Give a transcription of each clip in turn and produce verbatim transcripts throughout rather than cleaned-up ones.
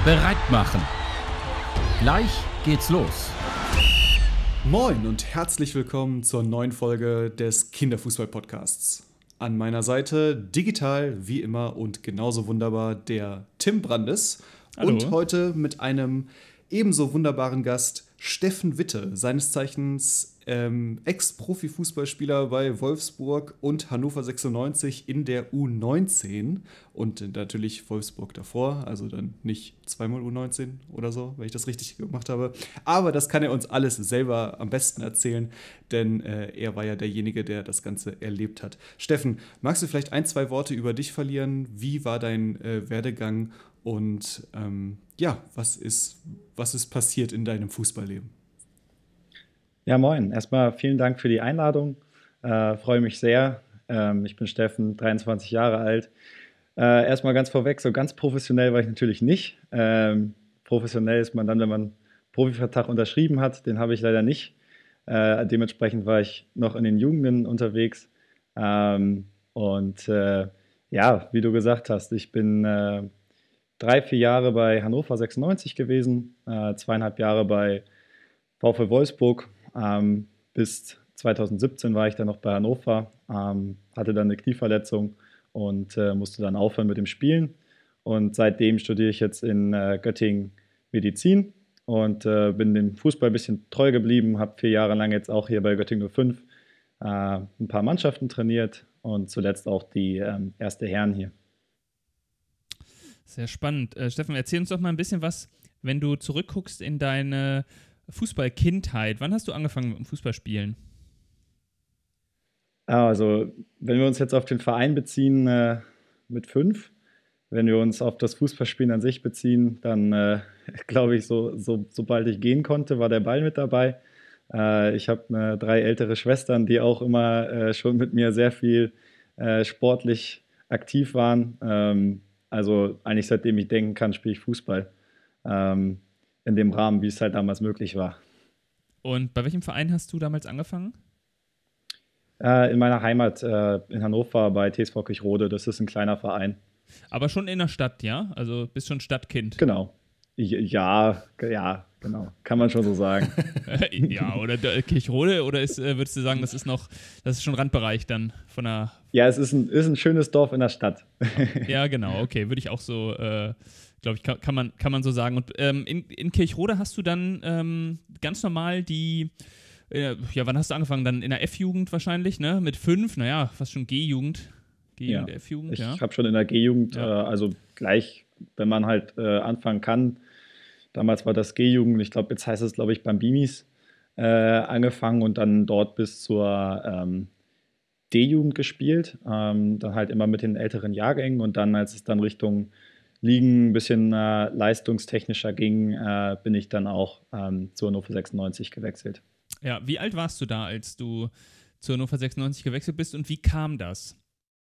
Bereit machen. Gleich geht's los. Moin und herzlich willkommen zur neuen Folge des Kinderfußball-Podcasts. An meiner Seite digital wie immer und genauso wunderbar der Tim Brandes. Hallo. Und heute mit einem ebenso wunderbaren Gast Steffen Witte, seines Zeichens ähm, Ex-Profi-Fußballspieler bei Wolfsburg und Hannover sechsundneunzig in der U neunzehn und natürlich Wolfsburg davor, also dann nicht zweimal U neunzehn oder so, wenn ich das richtig gemacht habe. Aber das kann er uns alles selber am besten erzählen, denn äh, er war ja derjenige, der das Ganze erlebt hat. Steffen, magst du vielleicht ein, zwei Worte über dich verlieren? Wie war dein äh, Werdegang und ähm, ja, was ist, was ist passiert in deinem Fußballleben? Ja, moin. Erstmal vielen Dank für die Einladung. Äh, freue mich sehr. Ähm, ich bin Steffen, dreiundzwanzig Jahre alt. Äh, erstmal ganz vorweg, so ganz professionell war ich natürlich nicht. Ähm, professionell ist man dann, wenn man einen Profivertrag unterschrieben hat. Den habe ich leider nicht. Äh, dementsprechend war ich noch in den Jugenden unterwegs. Ähm, und äh, ja, wie du gesagt hast, ich bin äh, drei, vier Jahre bei Hannover sechsundneunzig gewesen, äh, zweieinhalb Jahre bei VfL Wolfsburg. Ähm, bis zweitausendsiebzehn war ich dann noch bei Hannover, ähm, hatte dann eine Knieverletzung und äh, musste dann aufhören mit dem Spielen. Und seitdem studiere ich jetzt in äh, Göttingen Medizin und äh, bin dem Fußball ein bisschen treu geblieben, habe vier Jahre lang jetzt auch hier bei Göttingen null fünf äh, ein paar Mannschaften trainiert und zuletzt auch die ähm, erste Herren hier. Sehr spannend. Äh, Steffen, erzähl uns doch mal ein bisschen was, wenn du zurückguckst in deine Fußballkindheit. Wann hast du angefangen mit dem Fußballspielen? Also, wenn wir uns jetzt auf den Verein beziehen, äh, mit fünf, wenn wir uns auf das Fußballspielen an sich beziehen, dann äh, glaube ich, so, so, sobald ich gehen konnte, war der Ball mit dabei. Äh, ich habe äh, drei ältere Schwestern, die auch immer äh, schon mit mir sehr viel äh, sportlich aktiv waren. Ähm, also eigentlich seitdem ich denken kann, spiele ich Fußball. Ähm, in dem Rahmen, wie es halt damals möglich war. Und bei welchem Verein hast du damals angefangen? Äh, in meiner Heimat äh, in Hannover bei T S V Kirchrode. Das ist ein kleiner Verein. Aber schon in der Stadt, ja? Also bist schon Stadtkind. Genau. Ja, ja, genau. Kann man schon so sagen. Ja, oder Kirchrode, oder ist, würdest du sagen, das ist noch, das ist schon Randbereich dann von der... Ja, es ist ein, ist ein schönes Dorf in der Stadt. Ja, genau, okay, würde ich auch so, äh, glaube ich, kann, kann, man, kann man so sagen. Und ähm, in, in Kirchrode hast du dann ähm, ganz normal die, äh, ja, wann hast du angefangen? Dann in der F-Jugend wahrscheinlich, ne? Mit fünf, naja, fast schon G-Jugend. G-Jugend, Ja, F-Jugend, ich ja. habe schon in der G-Jugend, Ja. äh, also gleich, wenn man halt äh, anfangen kann. Damals war das G-Jugend, ich glaube, jetzt heißt es, glaube ich, Bambinis, äh, angefangen und dann dort bis zur ähm, D-Jugend gespielt. Ähm, dann halt immer mit den älteren Jahrgängen und dann, als es dann Richtung Ligen ein bisschen äh, leistungstechnischer ging, äh, bin ich dann auch ähm, zu Hannover sechsundneunzig gewechselt. Ja, wie alt warst du da, als du zu Hannover sechsundneunzig gewechselt bist und wie kam das?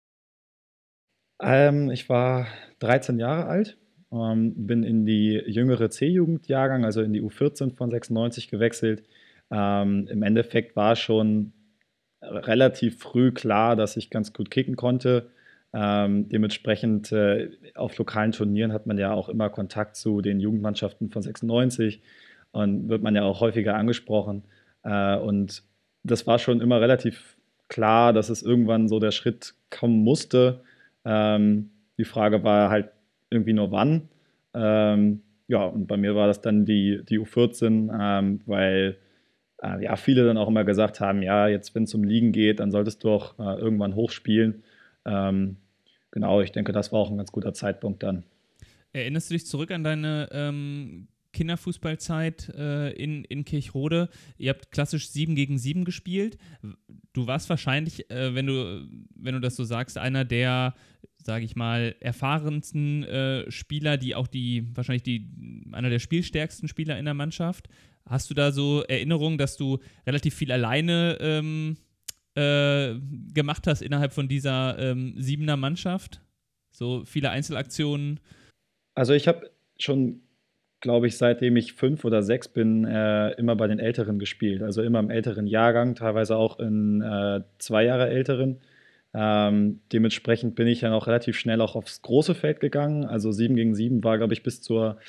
Ähm, ich war dreizehn Jahre alt, ähm, bin in die jüngere C-Jugend-Jahrgang, also in die U vierzehn von sechsundneunzig gewechselt. Ähm, im Endeffekt war schon relativ früh klar, dass ich ganz gut kicken konnte. Ähm, dementsprechend äh, auf lokalen Turnieren hat man ja auch immer Kontakt zu den Jugendmannschaften von sechsundneunzig und wird man ja auch häufiger angesprochen. Äh, und das war schon immer relativ klar, dass es irgendwann so der Schritt kommen musste. Ähm, die Frage war halt irgendwie nur wann. Ähm, ja, und bei mir war das dann die, die U vierzehn, ähm, weil äh, ja, viele dann auch immer gesagt haben, ja, jetzt wenn es um Ligen geht, dann solltest du auch äh, irgendwann hochspielen. Ähm, genau, ich denke, das war auch ein ganz guter Zeitpunkt dann. Erinnerst du dich zurück an deine ähm, Kinderfußballzeit äh, in, in Kirchrode? Ihr habt klassisch sieben gegen sieben gespielt. Du warst wahrscheinlich, äh, wenn du, wenn du das so sagst, einer der, sage ich mal, erfahrensten äh, Spieler, die auch die, wahrscheinlich die, einer der spielstärksten Spieler in der Mannschaft. Hast du da so Erinnerungen, dass du relativ viel alleine ähm, äh, gemacht hast innerhalb von dieser ähm, Siebener Mannschaft? So viele Einzelaktionen? Also ich habe schon, glaube ich, seitdem ich fünf oder sechs bin, äh, immer bei den Älteren gespielt. Also immer im älteren Jahrgang, teilweise auch in äh, zwei Jahre älteren. Ähm, dementsprechend bin ich dann auch relativ schnell auch aufs große Feld gegangen. Also sieben gegen sieben war, glaube ich, bis zur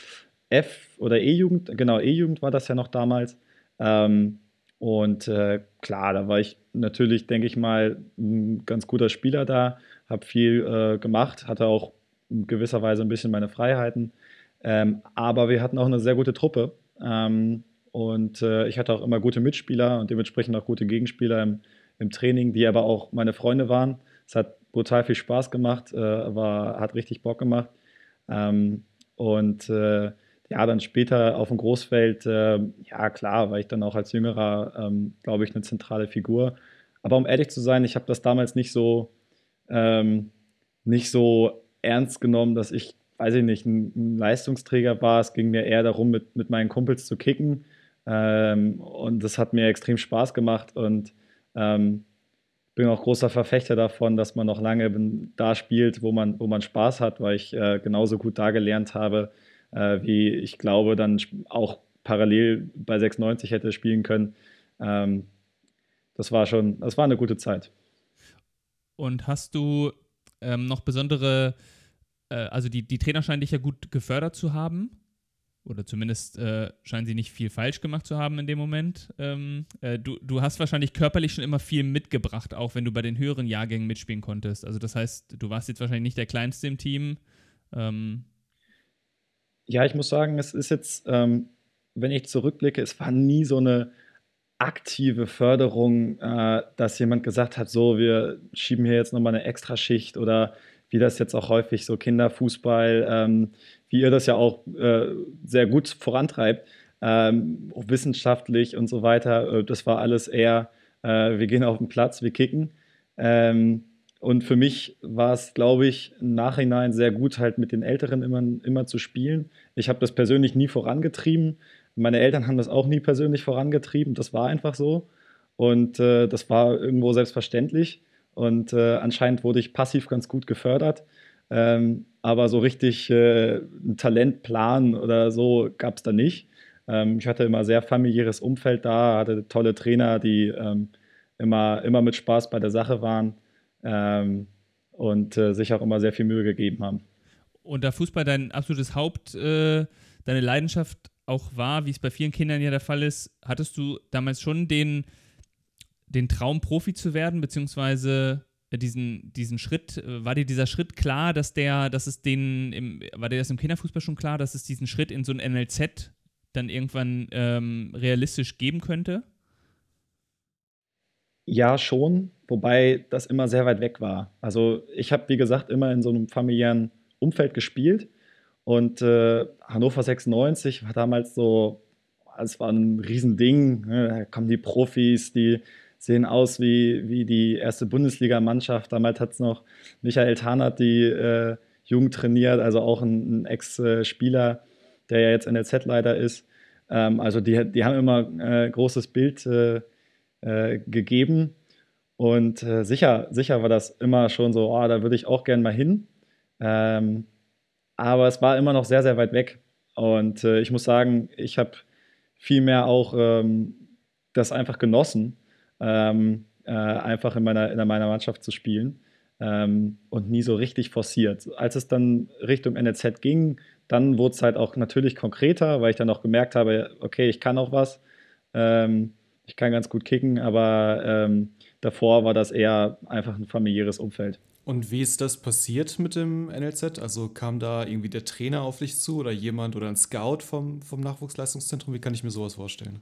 F- oder E-Jugend, genau, E-Jugend war das ja noch damals. Ähm, und äh, klar, da war ich natürlich, denke ich mal, ein ganz guter Spieler da, habe viel äh, gemacht, hatte auch in gewisser Weise ein bisschen meine Freiheiten. Ähm, aber wir hatten auch eine sehr gute Truppe. Ähm, und äh, ich hatte auch immer gute Mitspieler und dementsprechend auch gute Gegenspieler im, im Training, die aber auch meine Freunde waren. Es hat brutal viel Spaß gemacht, äh, war, hat richtig Bock gemacht. Ähm, und äh, ja, dann später auf dem Großfeld, äh, ja klar, war ich dann auch als Jüngerer, ähm, glaube ich, eine zentrale Figur. Aber um ehrlich zu sein, ich habe das damals nicht so, ähm, nicht so ernst genommen, dass ich, weiß ich nicht, ein, ein Leistungsträger war. Es ging mir eher darum, mit, mit meinen Kumpels zu kicken. Ähm, und das hat mir extrem Spaß gemacht und ähm, bin auch großer Verfechter davon, dass man noch lange da spielt, wo man, wo man Spaß hat, weil ich äh, genauso gut da gelernt habe, äh, wie ich glaube, dann auch parallel bei sechsundneunzig hätte spielen können. Ähm, das war schon, das war eine gute Zeit. Und hast du ähm, noch besondere, äh, also die, die Trainer scheinen dich ja gut gefördert zu haben. Oder zumindest äh, scheinen sie nicht viel falsch gemacht zu haben in dem Moment. Ähm, äh, du, du hast wahrscheinlich körperlich schon immer viel mitgebracht, auch wenn du bei den höheren Jahrgängen mitspielen konntest. Also das heißt, du warst jetzt wahrscheinlich nicht der Kleinste im Team. Ähm, Ja, ich muss sagen, es ist jetzt, ähm, wenn ich zurückblicke, es war nie so eine aktive Förderung, äh, dass jemand gesagt hat, so, wir schieben hier jetzt nochmal eine Extraschicht oder wie das jetzt auch häufig so Kinderfußball, ähm, wie ihr das ja auch äh, sehr gut vorantreibt, ähm, auch wissenschaftlich und so weiter. Äh, das war alles eher, äh, wir gehen auf den Platz, wir kicken. Ähm, und für mich war es, glaube ich, im Nachhinein sehr gut, halt mit den Älteren immer, immer zu spielen. Ich habe das persönlich nie vorangetrieben. Meine Eltern haben das auch nie persönlich vorangetrieben. Das war einfach so. Und äh, das war irgendwo selbstverständlich. Und äh, anscheinend wurde ich passiv ganz gut gefördert. Ähm, aber so richtig äh, einen Talentplan oder so gab es da nicht. Ähm, ich hatte immer sehr familiäres Umfeld da, hatte tolle Trainer, die ähm, immer, immer mit Spaß bei der Sache waren ähm, und äh, sich auch immer sehr viel Mühe gegeben haben. und da Fußball dein absolutes Haupt, äh, deine Leidenschaft auch war, wie es bei vielen Kindern ja der Fall ist, hattest du damals schon den, den Traum, Profi zu werden, beziehungsweise äh, diesen, diesen Schritt, äh, war dir dieser Schritt klar, dass der, dass es den, im, war dir das im Kinderfußball schon klar, dass es diesen Schritt in so ein N L Z dann irgendwann ähm, realistisch geben könnte? Ja, schon, wobei das immer sehr weit weg war. Also ich habe, wie gesagt, immer in so einem familiären Umfeld gespielt und äh, Hannover sechsundneunzig war damals so, es war ein Riesending. Ne? Da kommen die Profis, die sehen aus wie, wie die erste Bundesligamannschaft. Damals hat es noch Michael Tarnath die äh, Jugend trainiert, also auch ein, ein Ex-Spieler, der ja jetzt N L Z-Leiter ist. Ähm, also die, die haben immer äh, großes Bild äh, äh, gegeben. Und äh, sicher, sicher war das immer schon so, oh, da würde ich auch gern mal hin. Ähm, aber es war immer noch sehr, sehr weit weg. Und äh, ich muss sagen, ich habe viel mehr auch ähm, das einfach genossen, ähm, äh, einfach in meiner, in meiner Mannschaft zu spielen ähm, und nie so richtig forciert. Als es dann Richtung N L Z ging, dann wurde es halt auch natürlich konkreter, weil ich dann auch gemerkt habe, okay, ich kann auch was. Ähm, ich kann ganz gut kicken, aber ähm, davor war das eher einfach ein familiäres Umfeld. Und wie ist das passiert mit dem N L Z? Also kam da irgendwie der Trainer auf dich zu oder jemand oder ein Scout vom, vom Nachwuchsleistungszentrum? Wie kann ich mir sowas vorstellen?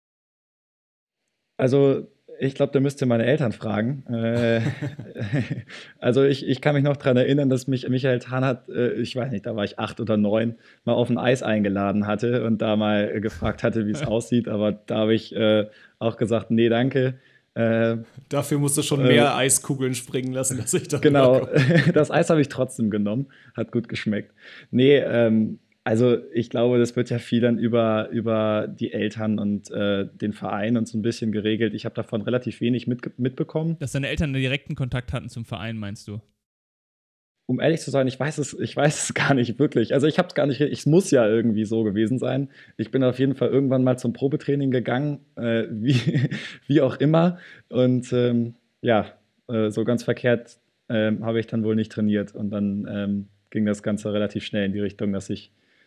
Also, ich glaube, da müsst ihr meine Eltern fragen. Äh, also ich, ich kann mich noch daran erinnern, dass mich Michael Tarnath, äh, ich weiß nicht, da war ich acht oder neun, mal auf ein Eis eingeladen hatte und da mal äh, gefragt hatte, wie es aussieht. Aber da habe ich äh, auch gesagt, nee, danke. Äh, Dafür musst du schon äh, mehr Eiskugeln springen lassen, dass ich da Genau, rüberkomme. das Eis habe ich trotzdem genommen, hat gut geschmeckt. Nee, ähm, also ich glaube, das wird ja viel dann über, über die Eltern und äh, den Verein und so ein bisschen geregelt. Ich habe davon relativ wenig mitge- mitbekommen. Dass deine Eltern einen direkten Kontakt hatten zum Verein, meinst du? Um ehrlich zu sein, ich weiß es, ich weiß es gar nicht wirklich. Also ich habe es gar nicht, es muss ja irgendwie so gewesen sein. Ich bin auf jeden Fall irgendwann mal zum Probetraining gegangen, äh, wie, wie auch immer. Und ähm, ja, äh, so ganz verkehrt ähm, habe ich dann wohl nicht trainiert. Und dann ähm, ging das Ganze relativ schnell in die Richtung, dass ich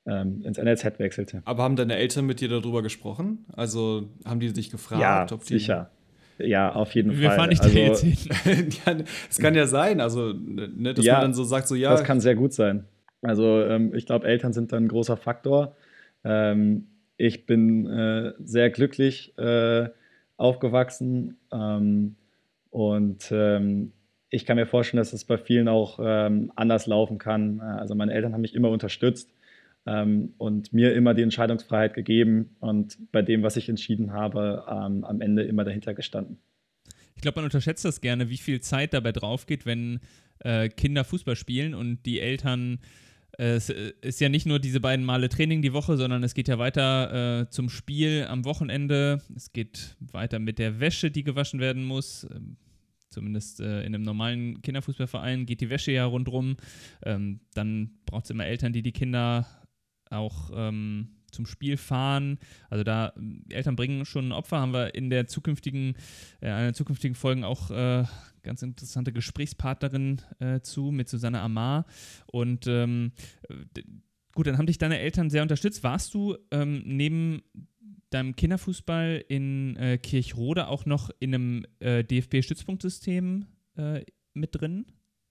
ähm, ins N L Z wechselte. Aber haben deine Eltern mit dir darüber gesprochen? Also haben die dich gefragt, ja, ob die. Sicher. Ja, auf jeden Wir Fall. fahren nicht also, da jetzt hin. Ja, es kann ja sein, also, ne, dass Ja, man dann so sagt, so ja. Das kann sehr gut sein. Also ähm, ich glaube, Eltern sind dann ein großer Faktor. Ähm, ich bin äh, sehr glücklich äh, aufgewachsen ähm, und ähm, ich kann mir vorstellen, dass es bei vielen auch ähm, anders laufen kann. Also meine Eltern haben mich immer unterstützt ähm, und mir immer die Entscheidungsfreiheit gegeben und bei dem, was ich entschieden habe, ähm, am Ende immer dahinter gestanden. Ich glaube, man unterschätzt das gerne, wie viel Zeit dabei drauf geht, wenn äh, Kinder Fußball spielen und die Eltern, äh, es ist ja nicht nur diese beiden Male Training die Woche, sondern es geht ja weiter äh, zum Spiel am Wochenende. Es geht weiter mit der Wäsche, die gewaschen werden muss. Ähm, zumindest äh, in einem normalen Kinderfußballverein geht die Wäsche ja rundrum. Ähm, dann braucht es immer Eltern, die die Kinder auch ähm, zum Spiel fahren. Also da, Eltern bringen schon ein Opfer, haben wir in der zukünftigen, äh, einer zukünftigen Folgen auch äh, ganz interessante Gesprächspartnerin äh, zu, mit Susanne Amar. Und ähm, d- gut, dann haben dich deine Eltern sehr unterstützt. Warst du ähm, neben deinem Kinderfußball in äh, Kirchrode auch noch in einem äh, D F B-Stützpunktsystem äh, mit drin?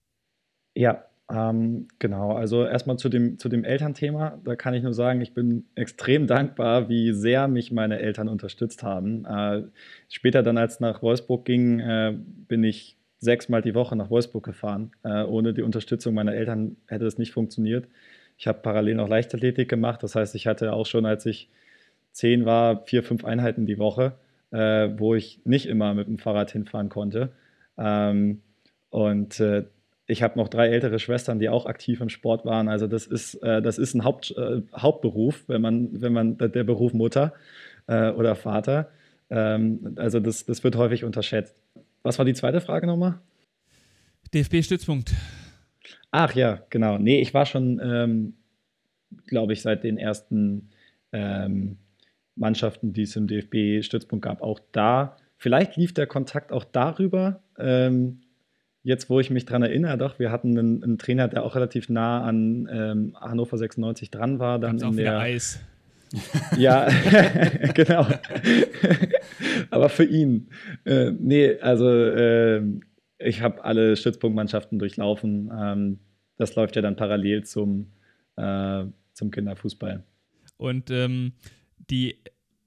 Ja, ähm, genau. Also erstmal zu dem, zu dem Elternthema. Da kann ich nur sagen, ich bin extrem dankbar, wie sehr mich meine Eltern unterstützt haben. Äh, später dann, als es nach Wolfsburg ging, äh, bin ich sechsmal die Woche nach Wolfsburg gefahren. Äh, ohne die Unterstützung meiner Eltern hätte es nicht funktioniert. Ich habe parallel noch Leichtathletik gemacht. Das heißt, ich hatte auch schon, als ich zehn war, vier, fünf Einheiten die Woche, äh, wo ich nicht immer mit dem Fahrrad hinfahren konnte. Ähm, und äh, ich habe noch drei ältere Schwestern, die auch aktiv im Sport waren. Also das ist, äh, das ist ein Haupt, äh, Hauptberuf, wenn man, wenn man der Beruf Mutter äh, oder Vater. Ähm, also das, das wird häufig unterschätzt. Was war die zweite Frage nochmal? D F B-Stützpunkt. Ach ja, genau. Nee, ich war schon, ähm, glaube ich, seit den ersten ähm, Mannschaften, die es im D F B-Stützpunkt gab, auch da. Vielleicht lief der Kontakt auch darüber. Ähm, Jetzt, wo ich mich dran erinnere, doch, wir hatten einen, einen Trainer, der auch relativ nah an ähm, Hannover sechsundneunzig dran war. Dann Gab's auch in wieder der, Eis. Ja, genau. Aber für ihn. Äh, nee, also äh, ich habe alle Stützpunktmannschaften durchlaufen. Ähm, das läuft ja dann parallel zum, äh, zum Kinderfußball. Und ähm, die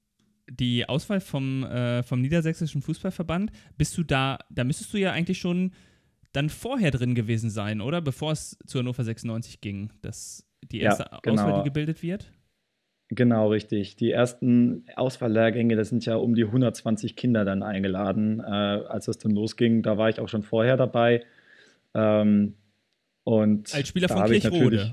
die Auswahl vom, äh, vom Niedersächsischen Fußballverband, bist du da, da müsstest du ja eigentlich schon dann vorher drin gewesen sein, oder? Bevor es zu Hannover sechsundneunzig ging, dass die erste Ja, genau. Auswahl, die gebildet wird? Genau, richtig. Die ersten Auswahllehrgänge, das sind ja um die hundertzwanzig Kinder dann eingeladen, äh, als das dann losging. Da war ich auch schon vorher dabei. Ähm, und Als Spieler da von habe ich natürlich Kirchrode.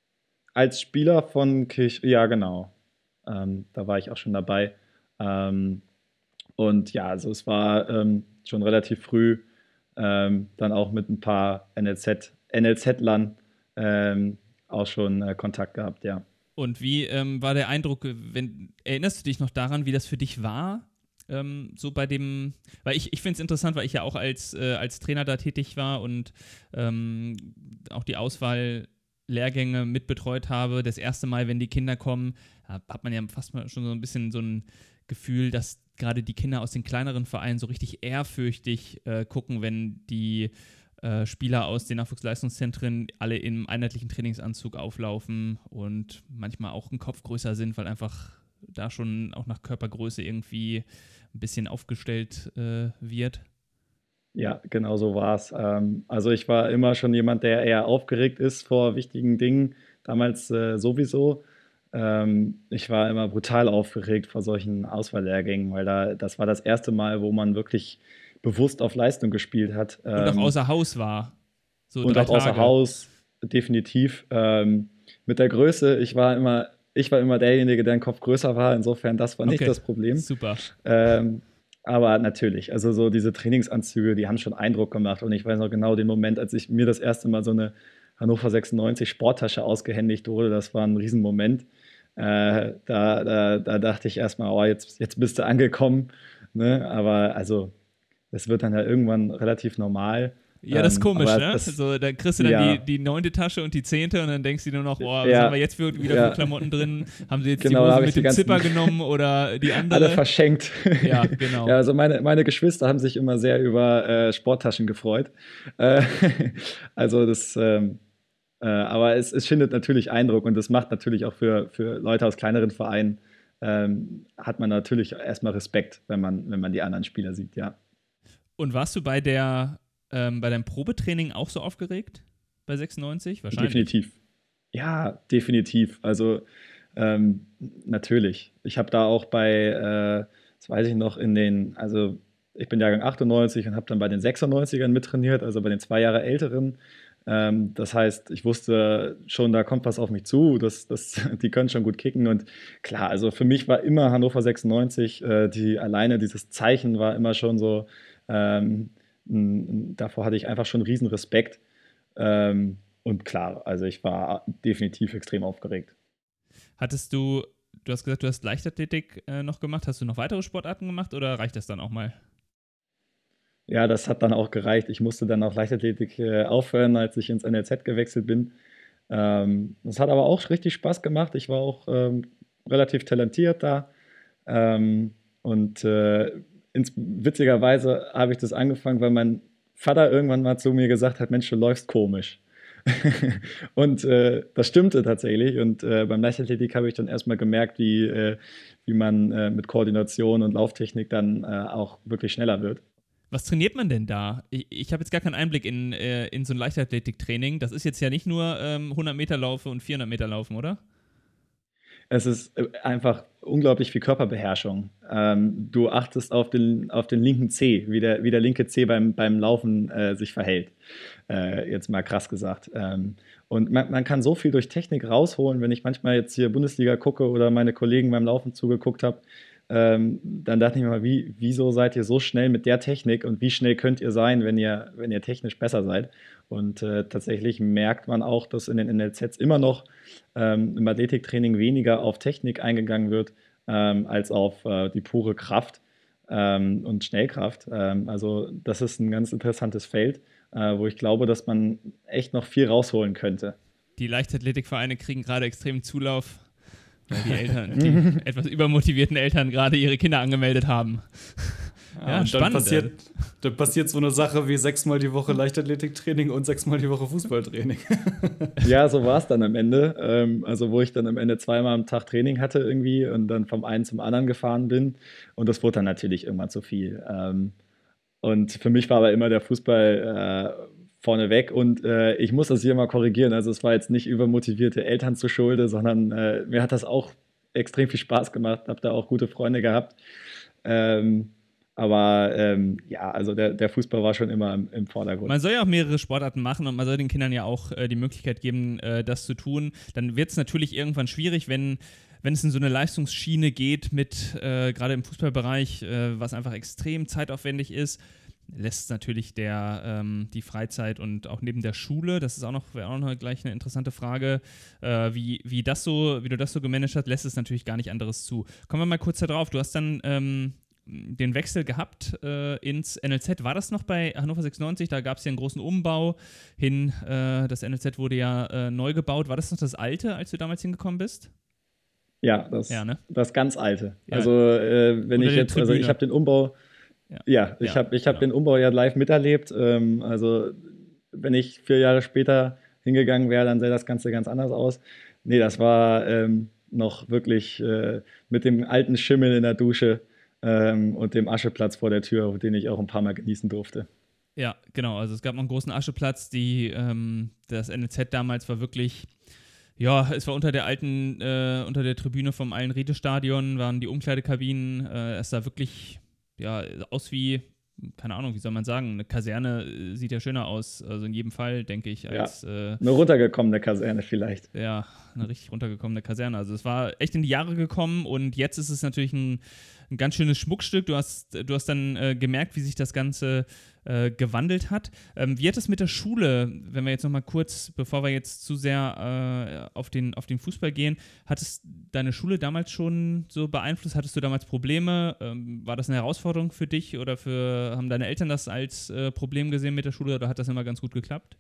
als Spieler von Kirch, ja genau, ähm, da war ich auch schon dabei. Ähm, und ja, also es war ähm, schon relativ früh ähm, dann auch mit ein paar N L Z, N L Z-Lern ähm, auch schon äh, Kontakt gehabt, ja. Und wie ähm, war der Eindruck, wenn, erinnerst du dich noch daran, wie das für dich war? Ähm, so bei dem, weil ich, ich finde es interessant, weil ich ja auch als, äh, als Trainer da tätig war und ähm, auch die Auswahllehrgänge mitbetreut habe. Das erste Mal, wenn die Kinder kommen, hat man ja fast mal schon so ein bisschen so ein Gefühl, dass gerade die Kinder aus den kleineren Vereinen so richtig ehrfürchtig äh, gucken, wenn die äh, Spieler aus den Nachwuchsleistungszentren alle im einheitlichen Trainingsanzug auflaufen und manchmal auch einen Kopf größer sind, weil einfach da schon auch nach Körpergröße irgendwie ein bisschen aufgestellt äh, wird. Ja, genau so war es. Ähm, also ich war immer schon jemand, der eher aufgeregt ist vor wichtigen Dingen, damals äh, sowieso. Ähm, ich war immer brutal aufgeregt vor solchen Auswahllehrgängen, weil da, das war das erste Mal, wo man wirklich bewusst auf Leistung gespielt hat. Und auch Ähm, außer Haus war. So und drei auch außer Tage. Haus, definitiv. Ähm, mit der Größe, ich war immer, ich war immer derjenige, der einen Kopf größer war. Insofern, das war nicht Okay, das Problem. super. Ähm, aber natürlich, also so diese Trainingsanzüge, die haben schon Eindruck gemacht. Und ich weiß noch genau den Moment, als ich mir das erste Mal so eine Hannover sechsundneunzig Sporttasche ausgehändigt wurde. Das war ein Riesenmoment. Äh, da, da, da dachte ich erstmal, oh, jetzt, jetzt bist du angekommen. Ne? Aber also, es wird dann ja irgendwann relativ normal. Ja, das ist komisch, ähm, ne? Das, also, da kriegst du dann ja. die, die neunte Tasche und die zehnte und dann denkst du dir nur noch, boah, was Ja. haben wir jetzt für, wieder Ja. für Klamotten drin? Haben sie jetzt Genau, die da hab Hose ich mit die dem Zipper ganzen- genommen oder die andere? Alle verschenkt. Ja, genau. Ja, also meine, meine Geschwister haben sich immer sehr über äh, Sporttaschen gefreut. Äh, also das, ähm, äh, aber es, es findet natürlich Eindruck und das macht natürlich auch für, für Leute aus kleineren Vereinen, ähm, hat man natürlich erstmal Respekt, wenn man, wenn man die anderen Spieler sieht, ja. Und warst du bei der ähm, bei deinem Probetraining auch so aufgeregt? Bei sechsundneunzig? Wahrscheinlich. Definitiv. Ja, definitiv. Also ähm, natürlich. Ich habe da auch bei, äh, das weiß ich noch, in den, also ich bin Jahrgang achtundneunzig und habe dann bei den sechsundneunzigern mittrainiert, also bei den zwei Jahre älteren. Ähm, das heißt, ich wusste schon, da kommt was auf mich zu, das, das, die können schon gut kicken. Und klar, also für mich war immer Hannover sechsundneunzig, äh, die alleine dieses Zeichen war immer schon so, ähm, m- davor hatte ich einfach schon riesen Respekt. Ähm, und klar, also ich war definitiv extrem aufgeregt. Hattest du, du hast gesagt, du hast Leichtathletik äh, noch gemacht. Hast du noch weitere Sportarten gemacht oder reicht das dann auch mal? Ja, das hat dann auch gereicht. Ich musste dann auch Leichtathletik äh, aufhören, als ich ins N L Z gewechselt bin. Ähm, das hat aber auch richtig Spaß gemacht. Ich war auch ähm, relativ talentiert da. Ähm, und äh, ins, witzigerweise habe ich das angefangen, weil mein Vater irgendwann mal zu mir gesagt hat, Mensch, du läufst komisch. Und äh, das stimmte tatsächlich. Und äh, beim Leichtathletik habe ich dann erstmal gemerkt, wie, äh, wie man äh, mit Koordination und Lauftechnik dann äh, auch wirklich schneller wird. Was trainiert man denn da? Ich, ich habe jetzt gar keinen Einblick in, äh, in so ein Leichtathletik-Training. Das ist jetzt ja nicht nur ähm, hundert Meter Laufe und vierhundert Meter Laufen, oder? Es ist äh, einfach unglaublich viel Körperbeherrschung. Ähm, du achtest auf den, auf den linken Zeh, wie der, wie der linke Zeh beim, beim Laufen äh, sich verhält. Äh, jetzt mal krass gesagt. Ähm, und man, man kann so viel durch Technik rausholen, wenn ich manchmal jetzt hier Bundesliga gucke oder meine Kollegen beim Laufen zugeguckt habe, ähm, dann dachte ich mir mal, wie, wieso seid ihr so schnell mit der Technik und wie schnell könnt ihr sein, wenn ihr, wenn ihr technisch besser seid? Und äh, tatsächlich merkt man auch, dass in den N L Zs immer noch ähm, im Athletiktraining weniger auf Technik eingegangen wird, ähm, als auf äh, die pure Kraft ähm, und Schnellkraft. Ähm, also das ist ein ganz interessantes Feld, äh, wo ich glaube, dass man echt noch viel rausholen könnte. Die Leichtathletikvereine kriegen gerade extremen Zulauf, weil die Eltern, die etwas übermotivierten Eltern gerade ihre Kinder angemeldet haben. Ja, Ja, und spannend. dann passiert, dann passiert so eine Sache wie sechsmal die Woche Leichtathletiktraining und sechsmal die Woche Fußballtraining. Ja, so war es dann am Ende. Ähm, also wo ich dann am Ende zweimal am Tag Training hatte irgendwie und dann vom einen zum anderen gefahren bin. Und das wurde dann natürlich irgendwann zu viel. Ähm, und für mich war aber immer der Fußball äh, vorneweg. Und äh, ich muss das hier mal korrigieren. Also es war jetzt nicht übermotivierte Eltern zur Schulde, sondern äh, mir hat das auch extrem viel Spaß gemacht. Habe da auch gute Freunde gehabt. Ähm, aber ähm, ja, also der, der Fußball war schon immer im, im Vordergrund. Man soll ja auch mehrere Sportarten machen und man soll den Kindern ja auch äh, die Möglichkeit geben, äh, das zu tun. Dann wird es natürlich irgendwann schwierig, wenn, wenn es in so eine Leistungsschiene geht mit, äh, gerade im Fußballbereich, äh, was einfach extrem zeitaufwendig ist, lässt natürlich der, ähm, die Freizeit und auch neben der Schule, das ist auch noch, wäre auch noch gleich eine interessante Frage, äh, wie, wie, das so, wie du das so gemanagt hast, lässt es natürlich gar nicht anderes zu. Kommen wir mal kurz da drauf. Du hast dann ähm, den Wechsel gehabt äh, ins N L Z. War das noch bei Hannover sechsundneunzig? Da gab es ja einen großen Umbau hin. Äh, das N L Z wurde ja äh, neu gebaut. War das noch das alte, als du damals hingekommen bist? Ja, das, Ja, ne? das ganz alte. Ja. Also äh, wenn Unter ich der jetzt, also ich Tribüne. habe den Umbau, Ja. ja, ich Ja, habe ich hab genau. den Umbau ja live miterlebt. Ähm, also wenn ich vier Jahre später hingegangen wäre, dann sähe das Ganze ganz anders aus. Nee, das war ähm, noch wirklich äh, mit dem alten Schimmel in der Dusche ähm, und dem Ascheplatz vor der Tür, den ich auch ein paar Mal genießen durfte. Ja, genau. Also es gab noch einen großen Ascheplatz. Die, ähm, das N L Z damals war wirklich, ja, es war unter der alten, äh, unter der Tribüne vom Allen-Riede-Stadion, waren die Umkleidekabinen. Äh, es sah wirklich, ja, aus wie, keine Ahnung, wie soll man sagen, eine Kaserne äh, sieht ja schöner aus. Also in jedem Fall, denke ich, als äh, Eine runtergekommene Kaserne vielleicht. ja, eine richtig runtergekommene Kaserne. Also es war echt in die Jahre gekommen und jetzt ist es natürlich ein, ein ganz schönes Schmuckstück. Du hast, du hast dann äh, gemerkt, wie sich das Ganze äh, gewandelt hat. Ähm, wie hat es mit der Schule, wenn wir jetzt nochmal kurz, bevor wir jetzt zu sehr äh, auf, den, auf den Fußball gehen, hat es deine Schule damals schon so beeinflusst? Hattest du damals Probleme? Ähm, war das eine Herausforderung für dich oder für, haben deine Eltern das als äh, Problem gesehen mit der Schule oder hat das immer ganz gut geklappt?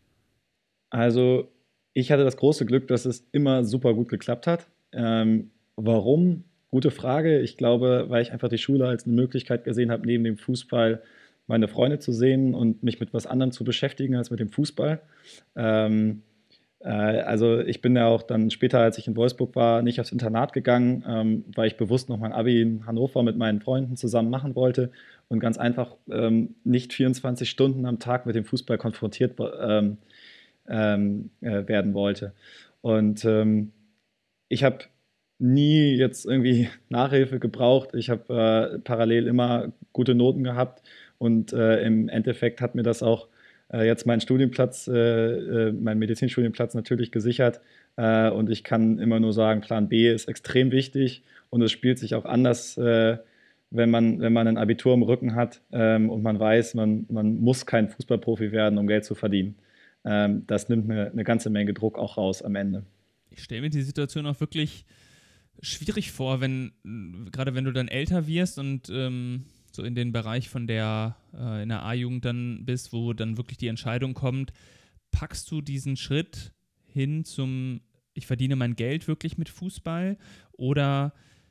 Also ich hatte das große Glück, dass es immer super gut geklappt hat. Ähm, warum? Gute Frage. Ich glaube, weil ich einfach die Schule als eine Möglichkeit gesehen habe, neben dem Fußball meine Freunde zu sehen und mich mit was anderem zu beschäftigen als mit dem Fußball. Ähm, äh, also ich bin ja auch dann später, als ich in Wolfsburg war, nicht aufs Internat gegangen, ähm, weil ich bewusst noch mein Abi in Hannover mit meinen Freunden zusammen machen wollte und ganz einfach ähm, nicht vierundzwanzig Stunden am Tag mit dem Fußball konfrontiert ähm, ähm, äh, werden wollte. Und ähm, ich habe nie jetzt irgendwie Nachhilfe gebraucht. Ich habe äh, parallel immer gute Noten gehabt und äh, im Endeffekt hat mir das auch äh, jetzt meinen Studienplatz, äh, äh, meinen Medizinstudienplatz natürlich gesichert. Äh, und ich kann immer nur sagen, Plan B ist extrem wichtig und es spielt sich auch anders, äh, wenn man, wenn man ein Abitur im Rücken hat ähm, und man weiß, man, man muss kein Fußballprofi werden, um Geld zu verdienen. Ähm, das nimmt eine, eine ganze Menge Druck auch raus am Ende. Ich stelle mir die Situation auch wirklich schwierig vor, wenn, gerade wenn du dann älter wirst und ähm, so in den Bereich von der, äh, in der A-Jugend dann bist, wo dann wirklich die Entscheidung kommt, packst du diesen Schritt hin zum, ich verdiene mein Geld wirklich mit Fußball oder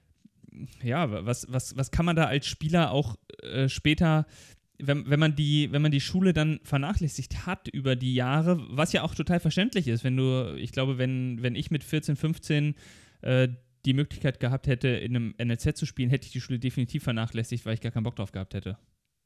ja, was, was, was kann man da als Spieler auch äh, später, wenn, wenn, man die, wenn man die Schule dann vernachlässigt hat über die Jahre, was ja auch total verständlich ist, wenn du, ich glaube, wenn, wenn ich mit vierzehn, fünfzehn äh, die Möglichkeit gehabt hätte, in einem N L Z zu spielen, hätte ich die Schule definitiv vernachlässigt, weil ich gar keinen Bock drauf gehabt hätte.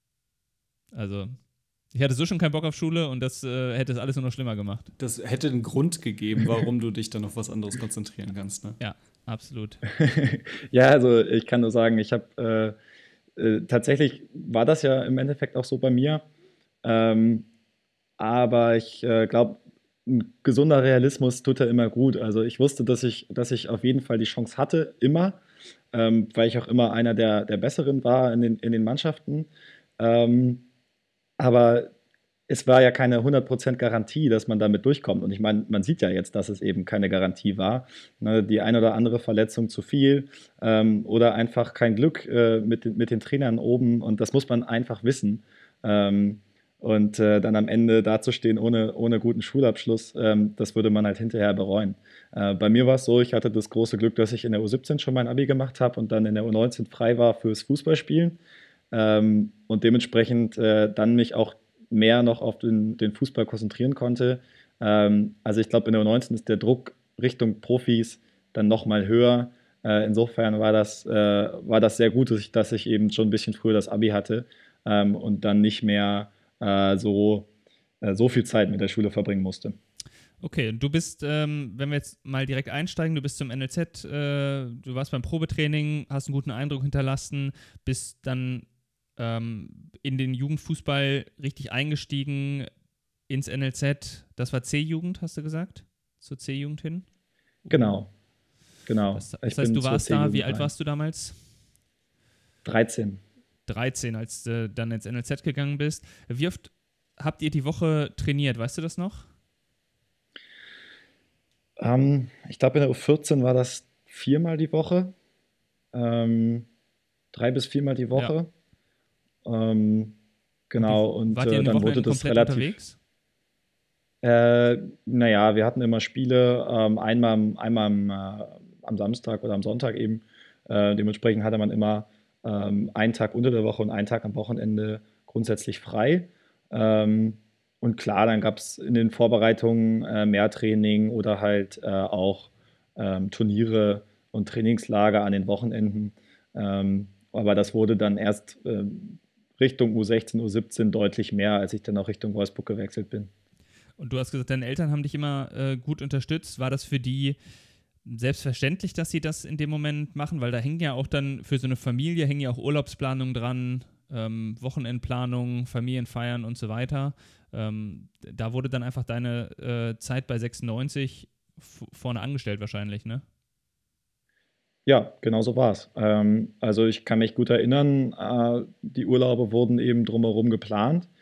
Also, ich hatte so schon keinen Bock auf Schule und das äh, hätte es alles nur noch schlimmer gemacht. Das hätte einen Grund gegeben, warum du dich dann auf was anderes konzentrieren kannst. Ne? Ja, absolut. Ja, also ich kann nur sagen, ich habe äh, äh, tatsächlich war das ja im Endeffekt auch so bei mir. Ähm, aber ich äh, glaube, ein gesunder Realismus tut ja immer gut. Also ich wusste, dass ich, dass ich auf jeden Fall die Chance hatte, immer, ähm, weil ich auch immer einer der, der Besseren war in den, in den Mannschaften. Ähm, aber es war ja keine hundert Prozent Garantie, dass man damit durchkommt. Und ich meine, man sieht ja jetzt, dass es eben keine Garantie war. Ne, die ein oder andere Verletzung zu viel ähm, oder einfach kein Glück äh, mit, den, mit den Trainern oben. Und das muss man einfach wissen. Ähm, und äh, dann am Ende dazustehen ohne, ohne guten Schulabschluss, ähm, das würde man halt hinterher bereuen. Äh, bei mir war es so, ich hatte das große Glück, dass ich in der U siebzehn schon mein Abi gemacht habe und dann in der U neunzehn frei war fürs Fußballspielen. Ähm, und dementsprechend äh, dann mich auch mehr noch auf den, den Fußball konzentrieren konnte. Ähm, also ich glaube, in der U neunzehn ist der Druck Richtung Profis dann nochmal höher. Äh, insofern war das, äh, war das sehr gut, dass ich, dass ich eben schon ein bisschen früher das Abi hatte ähm, und dann nicht mehr äh, so, äh, so viel Zeit mit der Schule verbringen musste. Okay, du bist, ähm, wenn wir jetzt mal direkt einsteigen, du bist zum N L Z, äh, du warst beim Probetraining, hast einen guten Eindruck hinterlassen, bist dann ähm, in den Jugendfußball richtig eingestiegen ins N L Z. Das war C-Jugend, hast du gesagt? Zur C-Jugend hin? Genau, genau. Das, das heißt, du warst da, wie alt rein. warst du damals? dreizehn. dreizehn, als du dann ins N L Z gegangen bist. Wie oft habt ihr die Woche trainiert, weißt du das noch? Ähm, ich glaube, in der U vierzehn war das viermal die Woche. Ähm, drei bis viermal die Woche. Ja. Ähm, genau, und, wart ihr äh, dann wurde das relativ. Unterwegs? Äh, naja, wir hatten immer Spiele, ähm, einmal, am- einmal am, äh, am Samstag oder am Sonntag eben. Äh, dementsprechend hatte man immer ähm, einen Tag unter der Woche und einen Tag am Wochenende grundsätzlich frei. Ähm, und klar, dann gab es in den Vorbereitungen äh, mehr Training oder halt äh, auch ähm, Turniere und Trainingslager an den Wochenenden. Ähm, aber das wurde dann erst ähm, Richtung U sechzehn, U siebzehn deutlich mehr, als ich dann auch Richtung Wolfsburg gewechselt bin. Und du hast gesagt, deine Eltern haben dich immer äh, gut unterstützt. War das für die selbstverständlich, dass sie das in dem Moment machen? Weil da hängen ja auch dann für so eine Familie hängen ja auch Urlaubsplanungen dran, ähm, Wochenendplanung, Familienfeiern und so weiter. Ähm, da wurde dann einfach deine äh, Zeit bei sechsundneunzig f- vorne angestellt wahrscheinlich, ne? Ja, genau so war es. Ähm, also ich kann mich gut erinnern, äh, die Urlaube wurden eben drumherum geplant.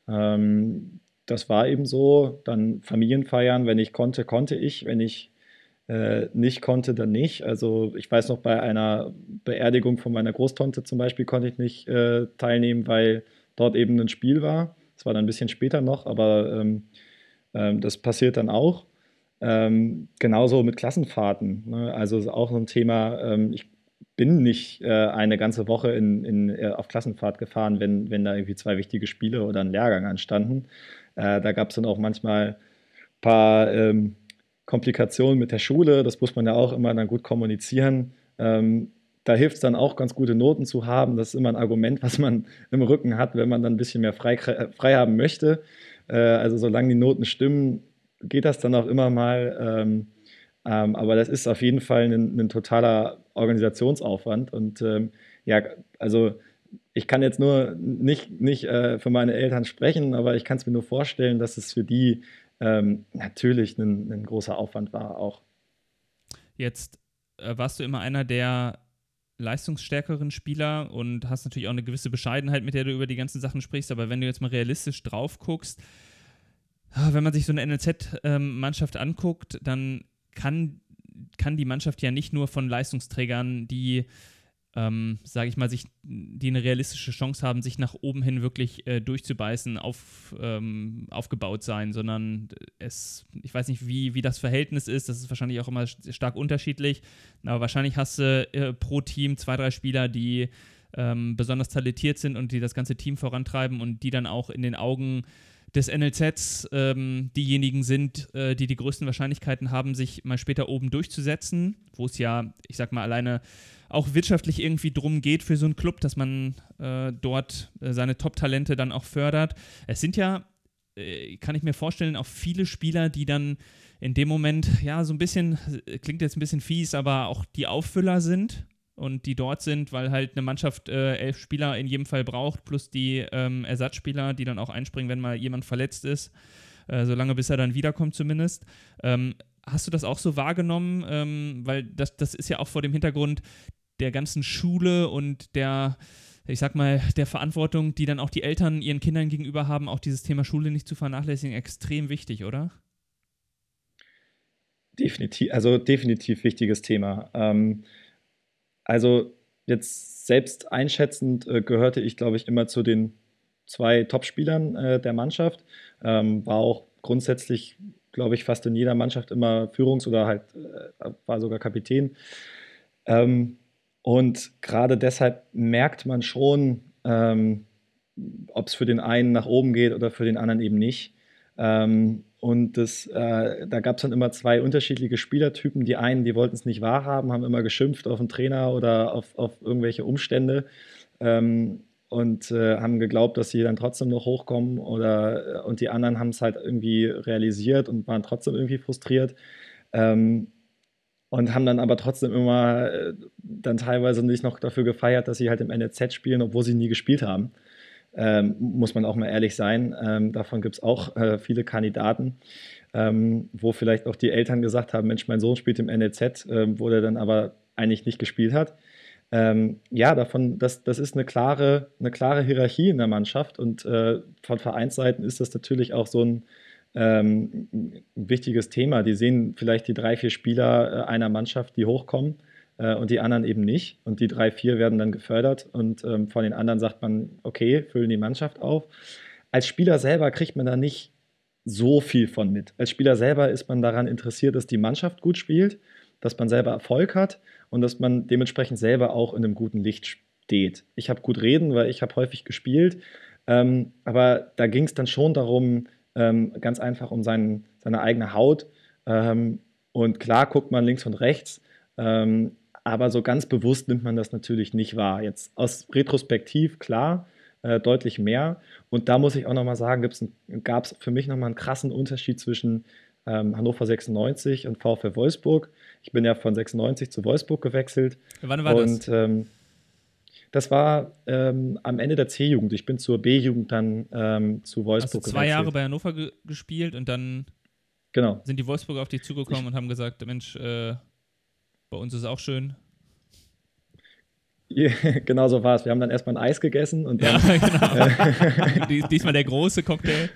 Ähm, das war eben so. Dann Familienfeiern, wenn ich konnte, konnte ich. Wenn ich äh, nicht konnte, dann nicht. Also ich weiß noch, bei einer Beerdigung von meiner Großtante zum Beispiel konnte ich nicht äh, teilnehmen, weil dort eben ein Spiel war. Das war dann ein bisschen später noch, aber ähm, ähm, das passiert dann auch. Ähm, genauso mit Klassenfahrten. Ne? Also ist auch so ein Thema. Ähm, ich bin nicht äh, eine ganze Woche in, in, äh, auf Klassenfahrt gefahren, wenn, wenn da irgendwie zwei wichtige Spiele oder ein Lehrgang anstanden. Äh, da gab es dann auch manchmal ein paar ähm, Komplikationen mit der Schule. Das muss man ja auch immer dann gut kommunizieren. Ähm, da hilft es dann auch, ganz gute Noten zu haben. Das ist immer ein Argument, was man im Rücken hat, wenn man dann ein bisschen mehr frei, frei haben möchte. Äh, also solange die Noten stimmen, geht das dann auch immer mal. Ähm, ähm, aber das ist auf jeden Fall ein, ein totaler Organisationsaufwand. Und ähm, ja, also ich kann jetzt nur nicht, nicht äh, für meine Eltern sprechen, aber ich kann es mir nur vorstellen, dass es für die ähm, natürlich ein, ein großer Aufwand war auch. Jetzt äh, warst du immer einer der leistungsstärkeren Spieler und hast natürlich auch eine gewisse Bescheidenheit, mit der du über die ganzen Sachen sprichst, aber wenn du jetzt mal realistisch drauf guckst, wenn man sich so eine N L Z-Mannschaft anguckt, dann kann, kann die Mannschaft ja nicht nur von Leistungsträgern, die, ähm, sage ich mal, sich, die eine realistische Chance haben, sich nach oben hin wirklich äh, durchzubeißen, auf, ähm, aufgebaut sein, sondern es, ich weiß nicht, wie, wie das Verhältnis ist, das ist wahrscheinlich auch immer stark unterschiedlich, aber wahrscheinlich hast du äh, pro Team zwei, drei Spieler, die ähm, besonders talentiert sind und die das ganze Team vorantreiben und die dann auch in den Augen des N L Zs ähm, diejenigen sind, äh, die die größten Wahrscheinlichkeiten haben, sich mal später oben durchzusetzen, wo es ja, ich sag mal, alleine auch wirtschaftlich irgendwie drum geht für so einen Club, dass man äh, dort äh, seine Top-Talente dann auch fördert. Es sind ja, äh, kann ich mir vorstellen, auch viele Spieler, die dann in dem Moment, ja, so ein bisschen, klingt jetzt ein bisschen fies, aber auch die Auffüller sind und die dort sind, weil halt eine Mannschaft äh, elf Spieler in jedem Fall braucht, plus die ähm, Ersatzspieler, die dann auch einspringen, wenn mal jemand verletzt ist, äh, solange bis er dann wiederkommt zumindest. Ähm, hast du das auch so wahrgenommen? Ähm, weil das, das ist ja auch vor dem Hintergrund der ganzen Schule und der, ich sag mal, der Verantwortung, die dann auch die Eltern ihren Kindern gegenüber haben, auch dieses Thema Schule nicht zu vernachlässigen, extrem wichtig, oder? Definitiv, also definitiv wichtiges Thema. Ähm, Also jetzt selbst einschätzend äh, gehörte ich, glaube ich, immer zu den zwei Topspielern äh, der Mannschaft. Ähm, war auch grundsätzlich, glaube ich, fast in jeder Mannschaft immer Führungs- oder halt äh, war sogar Kapitän. Ähm, und gerade deshalb merkt man schon, ähm, ob es für den einen nach oben geht oder für den anderen eben nicht. Ähm, und das, äh, da gab es dann immer zwei unterschiedliche Spielertypen. Die einen, die wollten es nicht wahrhaben, haben immer geschimpft auf den Trainer oder auf, auf irgendwelche Umstände ähm, und äh, haben geglaubt, dass sie dann trotzdem noch hochkommen. Oder, und die anderen haben es halt irgendwie realisiert und waren trotzdem irgendwie frustriert. Ähm, und haben dann aber trotzdem immer äh, dann teilweise nicht noch dafür gefeiert, dass sie halt im N L Z spielen, obwohl sie nie gespielt haben. Ähm, muss man auch mal ehrlich sein. Ähm, davon gibt es auch äh, viele Kandidaten, ähm, wo vielleicht auch die Eltern gesagt haben, Mensch, mein Sohn spielt im N L Z, ähm, wo der dann aber eigentlich nicht gespielt hat. Ähm, ja, davon, das, das ist eine klare, eine klare Hierarchie in der Mannschaft und äh, von Vereinsseiten ist das natürlich auch so ein, ähm, ein wichtiges Thema. Die sehen vielleicht die drei, vier Spieler äh, einer Mannschaft, die hochkommen äh, und die anderen eben nicht. Und die drei, vier werden dann gefördert und ähm, von den anderen sagt man, okay, füllen die Mannschaft auf. Als Spieler selber kriegt man da nicht so viel von mit. Als Spieler selber ist man daran interessiert, dass die Mannschaft gut spielt, dass man selber Erfolg hat und dass man dementsprechend selber auch in einem guten Licht steht. Ich habe gut reden, weil ich habe häufig gespielt, ähm, aber da ging es dann schon darum, ähm, ganz einfach um seinen, seine eigene Haut. Ähm, und klar guckt man links und rechts, ähm, aber so ganz bewusst nimmt man das natürlich nicht wahr. Jetzt aus Retrospektiv, klar, äh, deutlich mehr. Und da muss ich auch nochmal sagen, gab es für mich nochmal einen krassen Unterschied zwischen ähm, Hannover sechsundneunzig und VfL Wolfsburg. Ich bin ja von sechsundneunzig zu Wolfsburg gewechselt. Wann war und, das? Ähm, das war ähm, am Ende der C-Jugend. Ich bin zur B-Jugend dann ähm, zu Wolfsburg Hast du zwei gewechselt. Jahre bei Hannover ge- gespielt und dann Genau. sind die Wolfsburger auf dich zugekommen Ich, und haben gesagt, Mensch, äh, bei uns ist es auch schön. Ja, genau so war es. Wir haben dann erstmal ein Eis gegessen und dann. Ja, genau. Dies, diesmal der große Cocktail.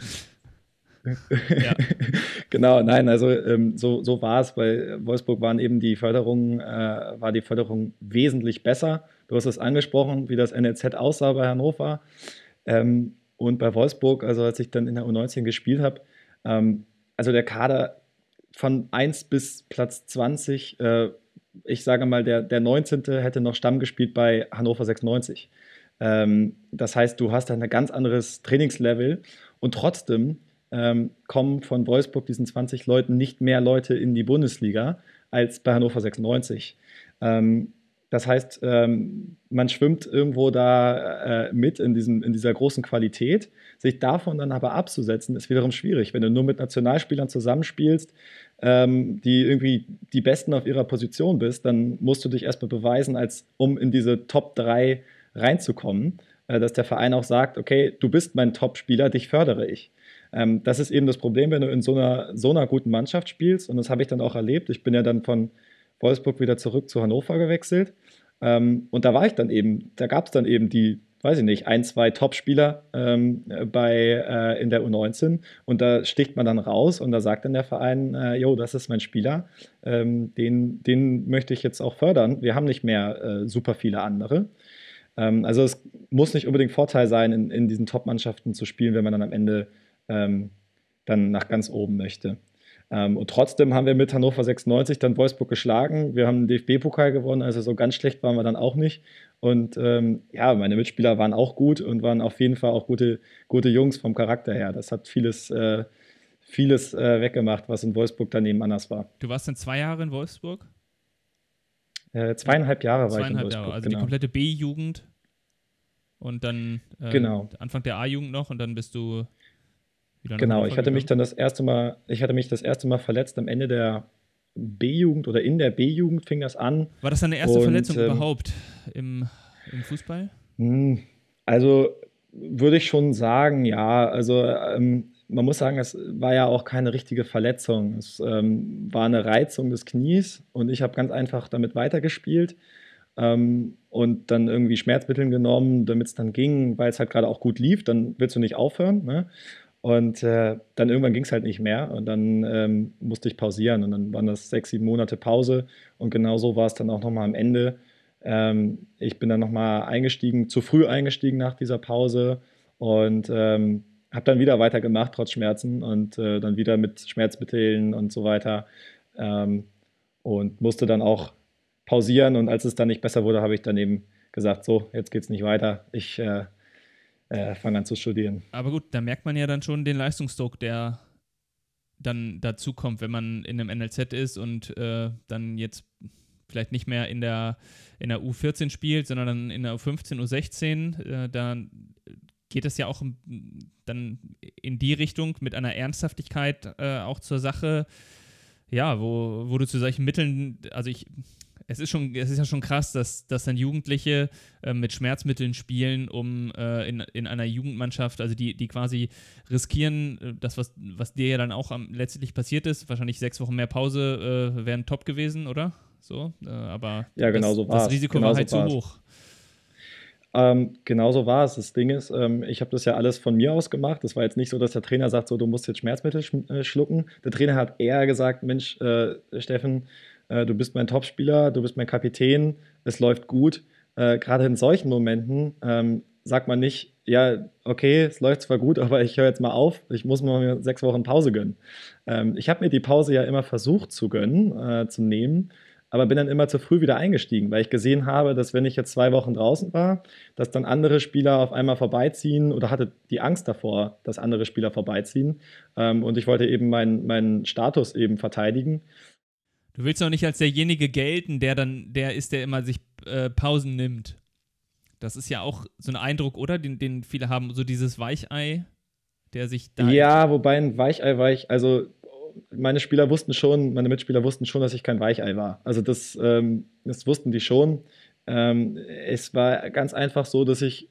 Ja. Genau, nein, also ähm, so, so war es. Bei Wolfsburg waren eben die Förderung, äh, war die Förderung wesentlich besser. Du hast es angesprochen, wie das N L Z aussah bei Hannover. Ähm, und bei Wolfsburg, also als ich dann in der U neunzehn gespielt habe, ähm, also der Kader von eins bis Platz zwanzig, äh, ich sage mal, der, der neunzehnte hätte noch Stamm gespielt bei Hannover sechsundneunzig. Ähm, das heißt, du hast ein ganz anderes Trainingslevel und trotzdem ähm, kommen von Wolfsburg, diesen zwanzig Leuten, nicht mehr Leute in die Bundesliga als bei Hannover sechsundneunzig. Ähm, das heißt, ähm, man schwimmt irgendwo da äh, mit in, diesem, in dieser großen Qualität. Sich davon dann aber abzusetzen, ist wiederum schwierig. Wenn du nur mit Nationalspielern zusammenspielst, ähm, die irgendwie die Besten auf ihrer Position bist, dann musst du dich erstmal beweisen, als um in diese Top drei reinzukommen, äh, dass der Verein auch sagt, okay, du bist mein Top-Spieler, dich fördere ich. Ähm, das ist eben das Problem, wenn du in so einer, so einer guten Mannschaft spielst, und das habe ich dann auch erlebt. Ich bin ja dann von Wolfsburg wieder zurück zu Hannover gewechselt, ähm, und da war ich dann eben, da gab es dann eben die, weiß ich nicht, ein, zwei Top-Spieler ähm, bei, äh, in der U neunzehn, und da sticht man dann raus und da sagt dann der Verein, äh, jo, das ist mein Spieler, ähm, den, den möchte ich jetzt auch fördern. Wir haben nicht mehr äh, super viele andere. Ähm, also es muss nicht unbedingt Vorteil sein, in, in diesen Top-Mannschaften zu spielen, wenn man dann am Ende ähm, dann nach ganz oben möchte. Ähm, und trotzdem haben wir mit Hannover sechsundneunzig dann Wolfsburg geschlagen. Wir haben den D F B-Pokal gewonnen, also so ganz schlecht waren wir dann auch nicht. Und ähm, ja, meine Mitspieler waren auch gut und waren auf jeden Fall auch gute, gute Jungs vom Charakter her. Das hat vieles, äh, vieles äh, weggemacht, was in Wolfsburg daneben anders war. Du warst dann zwei Jahre in Wolfsburg? Äh, zweieinhalb Jahre war ich in Wolfsburg. Jahre, also genau. Die komplette B-Jugend und dann äh, genau. Anfang der A-Jugend noch und dann bist du wieder nach Genau, Hannover ich hatte gegangen? mich dann das erste Mal, ich hatte mich das erste Mal verletzt am Ende der B-Jugend oder in der B-Jugend fing das an. War das deine erste und, Verletzung ähm, überhaupt im, im Fußball? Also würde ich schon sagen, ja. Also ähm, man muss sagen, es war ja auch keine richtige Verletzung. Es ähm, war eine Reizung des Knies und ich habe ganz einfach damit weitergespielt ähm, und dann irgendwie Schmerzmittel genommen, damit es dann ging, weil es halt gerade auch gut lief. Dann willst du nicht aufhören, ne? Und äh, dann irgendwann ging es halt nicht mehr und dann ähm, musste ich pausieren und dann waren das sechs, sieben Monate Pause und genau so war es dann auch nochmal am Ende. Ähm, ich bin dann nochmal eingestiegen, zu früh eingestiegen nach dieser Pause und ähm, habe dann wieder weitergemacht, trotz Schmerzen und äh, dann wieder mit Schmerzmitteln und so weiter ähm, und musste dann auch pausieren und als es dann nicht besser wurde, habe ich dann eben gesagt, so, jetzt geht's nicht weiter, ich äh, äh, fange an zu studieren. Aber gut, da merkt man ja dann schon den Leistungsdruck, der dann dazu kommt, wenn man in einem N L Z ist und äh, dann jetzt vielleicht nicht mehr in der, in der U vierzehn spielt, sondern dann in der U fünfzehn, U sechzehn, äh, da geht es ja auch dann in die Richtung mit einer Ernsthaftigkeit äh, auch zur Sache, ja, wo, wo du zu solchen Mitteln, also ich, es ist schon, es ist ja schon krass, dass, dass dann Jugendliche äh, mit Schmerzmitteln spielen, um äh, in, in einer Jugendmannschaft, also die, die quasi riskieren, äh, das, was, was dir ja dann auch am, letztlich passiert ist, wahrscheinlich sechs Wochen mehr Pause äh, wären top gewesen, oder? So, äh, aber ja, genau das, so war's. das Risiko genau war halt so so hoch. Ähm, genau so war es. Das Ding ist, ähm, ich habe das ja alles von mir aus gemacht. Das war jetzt nicht so, dass der Trainer sagt, so, du musst jetzt Schmerzmittel sch äh, schlucken. Der Trainer hat eher gesagt, Mensch, äh, Steffen, äh, du bist mein Topspieler, du bist mein Kapitän, es läuft gut. Äh, Gerade in solchen Momenten ähm, sagt man nicht, ja, okay, es läuft zwar gut, aber ich höre jetzt mal auf, ich muss mir sechs Wochen Pause gönnen. Ähm, ich habe mir die Pause ja immer versucht zu gönnen, äh, zu nehmen, aber bin dann immer zu früh wieder eingestiegen, weil ich gesehen habe, dass wenn ich jetzt zwei Wochen draußen war, dass dann andere Spieler auf einmal vorbeiziehen oder hatte die Angst davor, dass andere Spieler vorbeiziehen. Ähm, und ich wollte eben meinen, meinen Status eben verteidigen. Du willst doch nicht als derjenige gelten, der dann der ist, der immer sich äh, Pausen nimmt. Das ist ja auch so ein Eindruck, oder? Den, den viele haben, so dieses Weichei, der sich da... Ja, wobei ein Weichei war ich, also meine Spieler wussten schon, meine Mitspieler wussten schon, dass ich kein Weichei war. Also das, ähm, das wussten die schon. Ähm, es war ganz einfach so, dass ich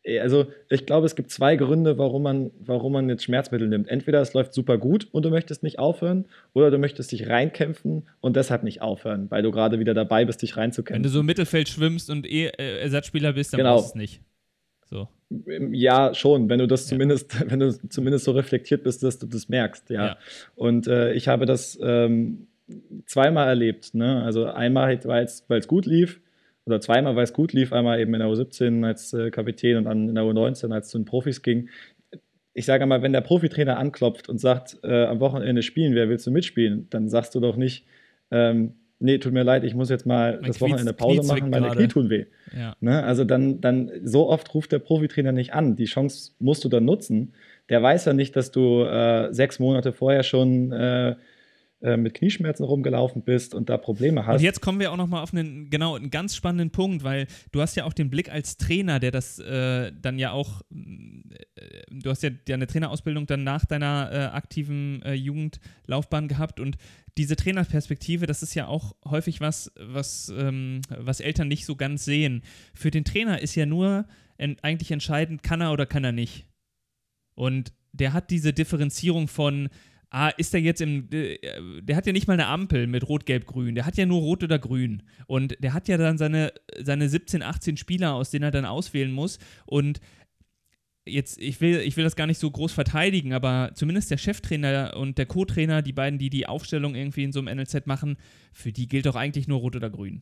Also ich glaube, es gibt zwei Gründe, warum man, warum man jetzt Schmerzmittel nimmt. Entweder es läuft super gut und du möchtest nicht aufhören, oder du möchtest dich reinkämpfen und deshalb nicht aufhören, weil du gerade wieder dabei bist, dich reinzukämpfen. Wenn du so im Mittelfeld schwimmst und eh äh, Ersatzspieler bist, dann genau. brauchst du es nicht. So. Ja, schon, wenn du das ja. zumindest, wenn du zumindest so reflektiert bist, dass du das merkst, ja. ja. Und äh, ich habe das ähm, zweimal erlebt, ne? Also einmal, weil es gut lief, oder zweimal, weil es gut lief, einmal eben in der U siebzehn als äh, Kapitän und dann in der U neunzehn, als es zu den Profis ging. Ich sage mal, wenn der Profitrainer anklopft und sagt, äh, am Wochenende spielen, wer willst du mitspielen? Dann sagst du doch nicht, ähm, nee, tut mir leid, ich muss jetzt mal mein das Knie, Wochenende Pause Knie machen, meine Knie tun weh. Ja. Ne? Also dann, dann, so oft ruft der Profitrainer nicht an. Die Chance musst du dann nutzen. Der weiß ja nicht, dass du äh, sechs Monate vorher schon äh, mit Knieschmerzen rumgelaufen bist und da Probleme hast. Und jetzt kommen wir auch nochmal auf einen, genau, einen ganz spannenden Punkt, weil du hast ja auch den Blick als Trainer, der das äh, dann ja auch, äh, du hast ja deine Trainerausbildung dann nach deiner äh, aktiven äh, Jugendlaufbahn gehabt und diese Trainerperspektive, das ist ja auch häufig was, was, ähm, was Eltern nicht so ganz sehen. Für den Trainer ist ja nur en- eigentlich entscheidend, kann er oder kann er nicht. Und der hat diese Differenzierung von Ah, ist der jetzt im, der hat ja nicht mal eine Ampel mit Rot, Gelb, Grün, der hat ja nur Rot oder Grün und der hat ja dann seine, seine siebzehn, achtzehn Spieler, aus denen er dann auswählen muss und jetzt, ich will, ich will das gar nicht so groß verteidigen, aber zumindest der Cheftrainer und der Co-Trainer, die beiden, die die Aufstellung irgendwie in so einem N L Z machen, für die gilt doch eigentlich nur Rot oder Grün.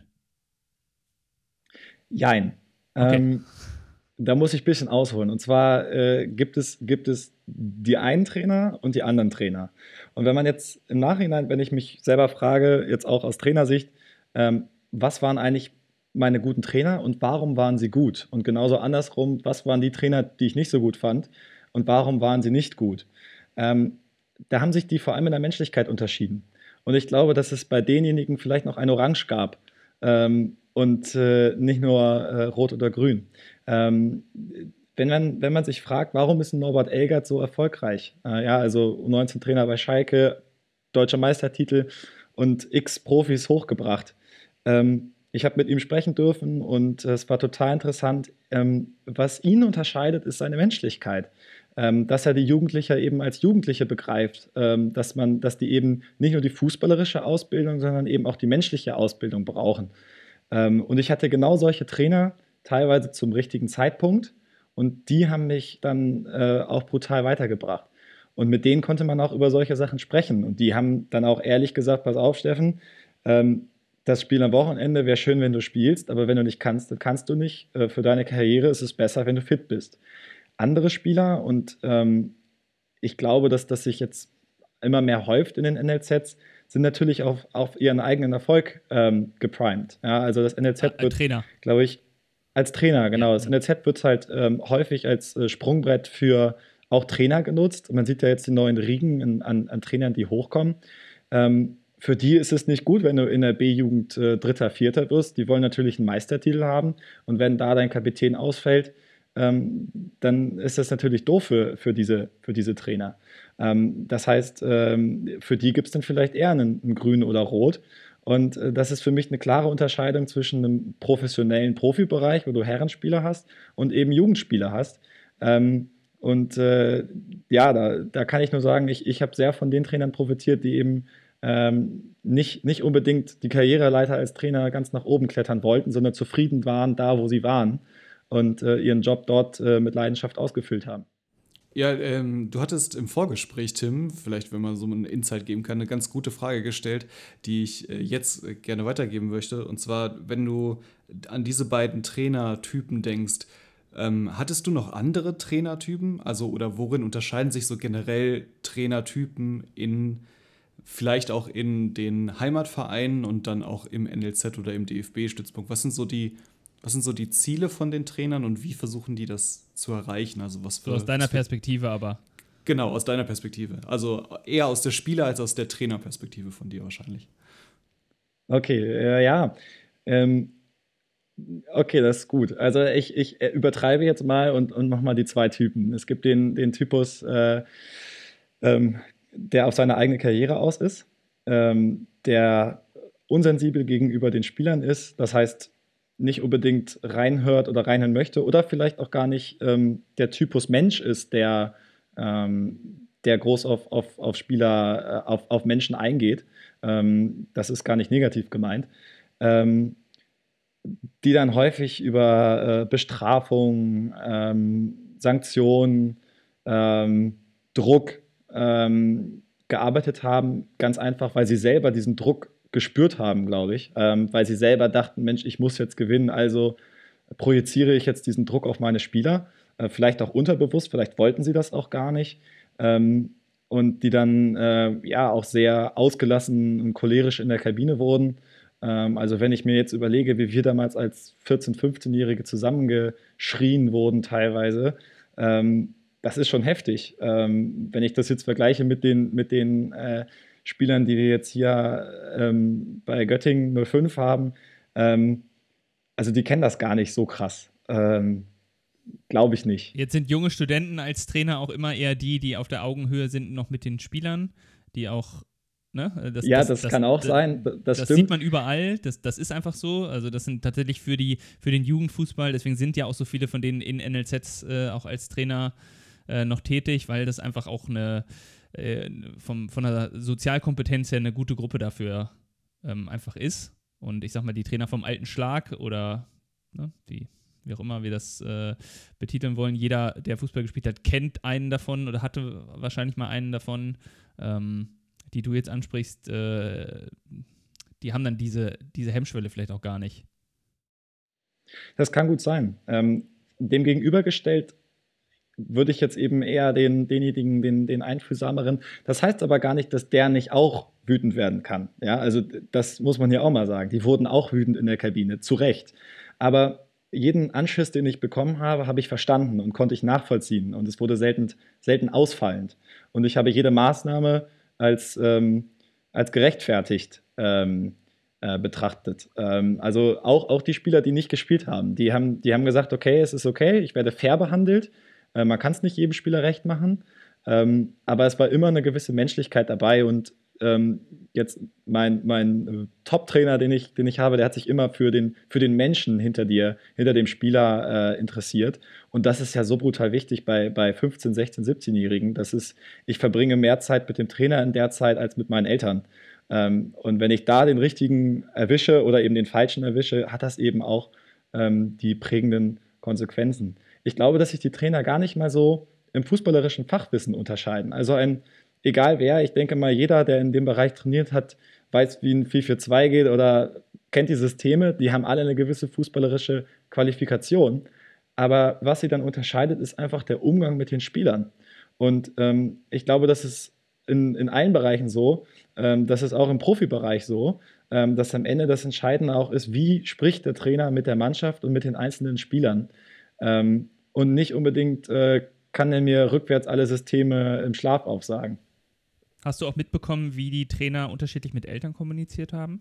Jein. Okay. Ähm, da muss ich ein bisschen ausholen. Und zwar äh, gibt es, gibt es die einen Trainer und die anderen Trainer. Und wenn man jetzt im Nachhinein, wenn ich mich selber frage, jetzt auch aus Trainersicht, ähm, was waren eigentlich meine guten Trainer und warum waren sie gut? Und genauso andersrum, was waren die Trainer, die ich nicht so gut fand und warum waren sie nicht gut? Ähm, da haben sich die vor allem in der Menschlichkeit unterschieden. Und ich glaube, dass es bei denjenigen vielleicht noch ein Orange gab ähm, und äh, nicht nur äh, Rot oder Grün. Ähm, wenn, man, wenn man sich fragt, warum ist ein Norbert Elgert so erfolgreich? Äh, ja, also U neunzehn Trainer bei Schalke, deutscher Meistertitel und x Profis hochgebracht. Ähm, ich habe mit ihm sprechen dürfen und äh, es war total interessant. Ähm, was ihn unterscheidet, ist seine Menschlichkeit. Ähm, dass er die Jugendliche eben als Jugendliche begreift, ähm, dass man, dass die eben nicht nur die fußballerische Ausbildung, sondern eben auch die menschliche Ausbildung brauchen. Ähm, und ich hatte genau solche Trainer, teilweise zum richtigen Zeitpunkt und die haben mich dann äh, auch brutal weitergebracht. Und mit denen konnte man auch über solche Sachen sprechen und die haben dann auch ehrlich gesagt, pass auf Steffen, ähm, das Spiel am Wochenende wäre schön, wenn du spielst, aber wenn du nicht kannst, dann kannst du nicht. Äh, für deine Karriere ist es besser, wenn du fit bist. Andere Spieler und ähm, ich glaube, dass das sich jetzt immer mehr häuft in den N L Zs, sind natürlich auf, auf ihren eigenen Erfolg ähm, geprimed. Ja, also das N L Z Als wird, Trainer. glaube ich, als Trainer, genau. Ja. Das N L Z wird halt ähm, häufig als äh, Sprungbrett für auch Trainer genutzt. Man sieht ja jetzt die neuen Riegen an, an Trainern, die hochkommen. Ähm, für die ist es nicht gut, wenn du in der B-Jugend äh, Dritter, Vierter wirst. Die wollen natürlich einen Meistertitel haben. Und wenn da dein Kapitän ausfällt, ähm, dann ist das natürlich doof für, für, diese, für diese Trainer. Ähm, das heißt, ähm, für die gibt es dann vielleicht eher einen, einen Grün oder Rot. Und äh, das ist für mich eine klare Unterscheidung zwischen einem professionellen Profibereich, wo du Herrenspieler hast, und eben Jugendspieler hast. Ähm, und äh, ja, da, da kann ich nur sagen, ich, ich habe sehr von den Trainern profitiert, die eben ähm, nicht, nicht unbedingt die Karriereleiter als Trainer ganz nach oben klettern wollten, sondern zufrieden waren da, wo sie waren und äh, ihren Job dort äh, mit Leidenschaft ausgefüllt haben. Ja, ähm, du hattest im Vorgespräch, Tim, vielleicht, wenn man so einen Insight geben kann, eine ganz gute Frage gestellt, die ich äh, jetzt äh, gerne weitergeben möchte. Und zwar, wenn du an diese beiden Trainertypen denkst, ähm, hattest du noch andere Trainertypen? Also, oder worin unterscheiden sich so generell Trainertypen in, vielleicht auch in den Heimatvereinen und dann auch im N L Z oder im D F B-Stützpunkt? Was sind so die Was sind so die Ziele von den Trainern und wie versuchen die das zu erreichen? Also was für, So aus deiner was für, Perspektive aber. Genau, aus deiner Perspektive. Also eher aus der Spieler- als aus der Trainerperspektive von dir wahrscheinlich. Okay, äh, ja. Ähm, okay, das ist gut. Also ich, ich übertreibe jetzt mal und, und mache mal die zwei Typen. Es gibt den, den Typus, äh, ähm, der auf seine eigene Karriere aus ist, ähm, der unsensibel gegenüber den Spielern ist. Das heißt, nicht unbedingt reinhört oder reinhören möchte oder vielleicht auch gar nicht ähm, der Typus Mensch ist, der, ähm, der groß auf, auf, auf Spieler, äh, auf, auf Menschen eingeht. Ähm, das ist gar nicht negativ gemeint. Ähm, die dann häufig über äh, Bestrafung, ähm, Sanktionen, ähm, Druck ähm, gearbeitet haben, ganz einfach, weil sie selber diesen Druck gespürt haben, glaube ich, ähm, weil sie selber dachten, Mensch, ich muss jetzt gewinnen, also projiziere ich jetzt diesen Druck auf meine Spieler, äh, vielleicht auch unterbewusst, vielleicht wollten sie das auch gar nicht, ähm, und die dann äh, ja auch sehr ausgelassen und cholerisch in der Kabine wurden. Ähm, also wenn ich mir jetzt überlege, wie wir damals als vierzehn-, fünfzehnjährige zusammengeschrien wurden teilweise, ähm, das ist schon heftig. Ähm, wenn ich das jetzt vergleiche mit den, mit den äh, Spielern, die wir jetzt hier ähm, bei Göttingen null fünf haben, ähm, also die kennen das gar nicht so krass. Ähm, Glaube ich nicht. Jetzt sind junge Studenten als Trainer auch immer eher die, die auf der Augenhöhe sind noch mit den Spielern, die auch, ne? Das, ja, das, das, das kann auch das, sein. Das, das stimmt. sieht man überall, das, das ist einfach so. Also das sind tatsächlich für, die, für den Jugendfußball, deswegen sind ja auch so viele von denen in N L Zs äh, auch als Trainer äh, noch tätig, weil das einfach auch eine äh, vom, von der Sozialkompetenz her eine gute Gruppe dafür ähm, einfach ist. Und ich sag mal, die Trainer vom alten Schlag oder ne, die wie auch immer wir das äh, betiteln wollen, jeder, der Fußball gespielt hat, kennt einen davon oder hatte wahrscheinlich mal einen davon, ähm, die du jetzt ansprichst, äh, die haben dann diese, diese Hemmschwelle vielleicht auch gar nicht. Das kann gut sein. Ähm, dem gegenübergestellt würde ich jetzt eben eher den, denjenigen, den, den einfühlsameren, das heißt aber gar nicht, dass der nicht auch wütend werden kann. Ja, also das muss man hier auch mal sagen. Die wurden auch wütend in der Kabine, zu Recht. Aber jeden Anschiss, den ich bekommen habe, habe ich verstanden und konnte ich nachvollziehen. Und es wurde selten, selten ausfallend. Und ich habe jede Maßnahme als, ähm, als gerechtfertigt ähm, äh, betrachtet. Ähm, also auch, auch die Spieler, die nicht gespielt haben, die haben, die haben gesagt, okay, es ist okay, ich werde fair behandelt. Äh, man kann es nicht jedem Spieler recht machen. Ähm, aber es war immer eine gewisse Menschlichkeit dabei und ähm, jetzt mein, mein äh, Top-Trainer, den ich, den ich habe, der hat sich immer für den, für den Menschen hinter dir, hinter dem Spieler äh, interessiert. Und das ist ja so brutal wichtig bei, bei fünfzehn-, sechzehn-, siebzehn-Jährigen. Das ist, ich verbringe mehr Zeit mit dem Trainer in der Zeit als mit meinen Eltern. Ähm, und wenn ich da den richtigen erwische oder eben den falschen erwische, hat das eben auch ähm, die prägenden Konsequenzen. Ich glaube, dass sich die Trainer gar nicht mal so im fußballerischen Fachwissen unterscheiden. Also ein egal wer, ich denke mal, jeder, der in dem Bereich trainiert hat, weiß, wie ein vier vier zwei geht oder kennt die Systeme, die haben alle eine gewisse fußballerische Qualifikation. Aber was sie dann unterscheidet, ist einfach der Umgang mit den Spielern. Und ähm, ich glaube, das ist in, in allen Bereichen so, ähm, das ist auch im Profibereich so, ähm, dass am Ende das Entscheidende auch ist, wie spricht der Trainer mit der Mannschaft und mit den einzelnen Spielern. Ähm, und nicht unbedingt äh, kann er mir rückwärts alle Systeme im Schlaf aufsagen. Hast du auch mitbekommen, wie die Trainer unterschiedlich mit Eltern kommuniziert haben?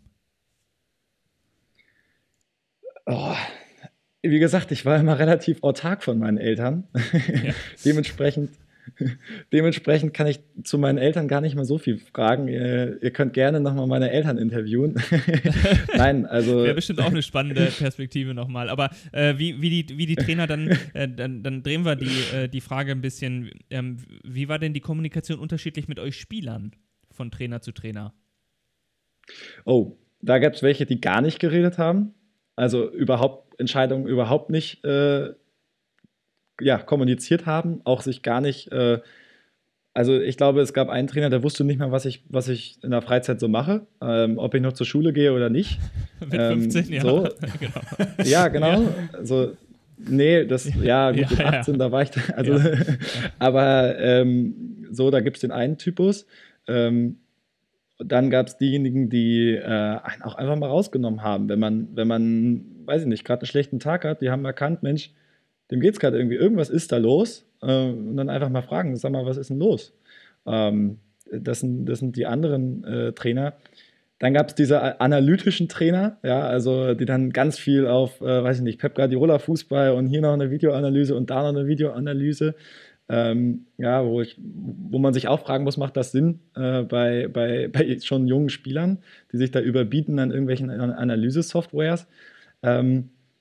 Oh, wie gesagt, ich war immer relativ autark von meinen Eltern. Ja. dementsprechend, dementsprechend kann ich zu meinen Eltern gar nicht mal so viel fragen. Ihr, ihr könnt gerne nochmal meine Eltern interviewen. Nein, also. Wäre bestimmt auch eine spannende Perspektive nochmal. Aber äh, wie, wie, die, wie die Trainer dann, äh, dann, dann drehen wir die, äh, die Frage ein bisschen. Ähm, wie war denn die Kommunikation unterschiedlich mit euch Spielern von Trainer zu Trainer? Oh, da gab es welche, die gar nicht geredet haben. Also überhaupt Entscheidungen überhaupt nicht äh, ja, kommuniziert haben, auch sich gar nicht, äh, also ich glaube, es gab einen Trainer, der wusste nicht mal, was ich, was ich in der Freizeit so mache, ähm, ob ich noch zur Schule gehe oder nicht. Mit fünfzehn, ähm, so. ja. Ja, genau. Ja. Also, nee, das, ja, gut, ja, mit achtzehn, ja. Da war ich, da, also, ja. aber ähm, so, da gibt es den einen Typus. Ähm, dann gab es diejenigen, die äh, einen auch einfach mal rausgenommen haben, wenn man, wenn man, weiß ich nicht, gerade einen schlechten Tag hat, die haben erkannt, Mensch, dem geht es gerade irgendwie, irgendwas ist da los, äh, und dann einfach mal fragen, sag mal, was ist denn los? Ähm, das, sind, das sind die anderen äh, Trainer. Dann gab es diese analytischen Trainer, ja, also die dann ganz viel auf, äh, weiß ich nicht, Pep Guardiola Fußball und hier noch eine Videoanalyse und da noch eine Videoanalyse. Ähm, ja, wo, ich, wo man sich auch fragen muss, macht das Sinn äh, bei, bei, bei schon jungen Spielern, die sich da überbieten an irgendwelchen Analyse-Softwares. Ähm,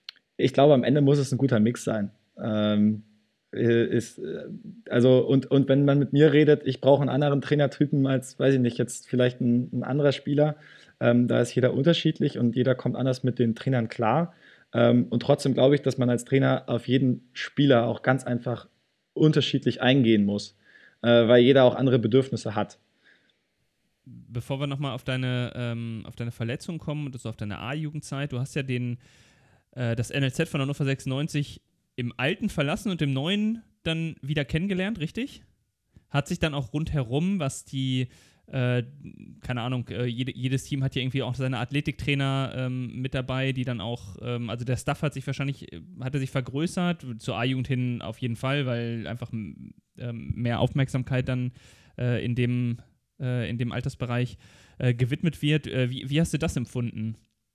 ich glaube, am Ende muss es ein guter Mix sein. Ähm, ist, also, und, und wenn man mit mir redet, ich brauche einen anderen Trainertypen als, weiß ich nicht, jetzt vielleicht ein, ein anderer Spieler. Ähm, da ist jeder unterschiedlich und jeder kommt anders mit den Trainern klar. Ähm, und trotzdem glaube ich, dass man als Trainer auf jeden Spieler auch ganz einfach unterschiedlich eingehen muss, äh, weil jeder auch andere Bedürfnisse hat. Bevor wir nochmal auf deine, ähm, auf deine Verletzung kommen und also auf deine A-Jugendzeit, du hast ja den, äh, das N L Z von Hannover sechsundneunzig im Alten verlassen und im Neuen dann wieder kennengelernt, richtig? Hat sich dann auch rundherum, was die, äh, keine Ahnung, äh, jede, jedes Team hat ja irgendwie auch seine Athletiktrainer ähm, mit dabei, die dann auch, ähm, also der Staff hat sich wahrscheinlich, hatte sich vergrößert, zur A-Jugend hin auf jeden Fall, weil einfach ähm, mehr Aufmerksamkeit dann äh, in dem äh, in dem Altersbereich äh, gewidmet wird. Äh, wie, wie hast du das empfunden?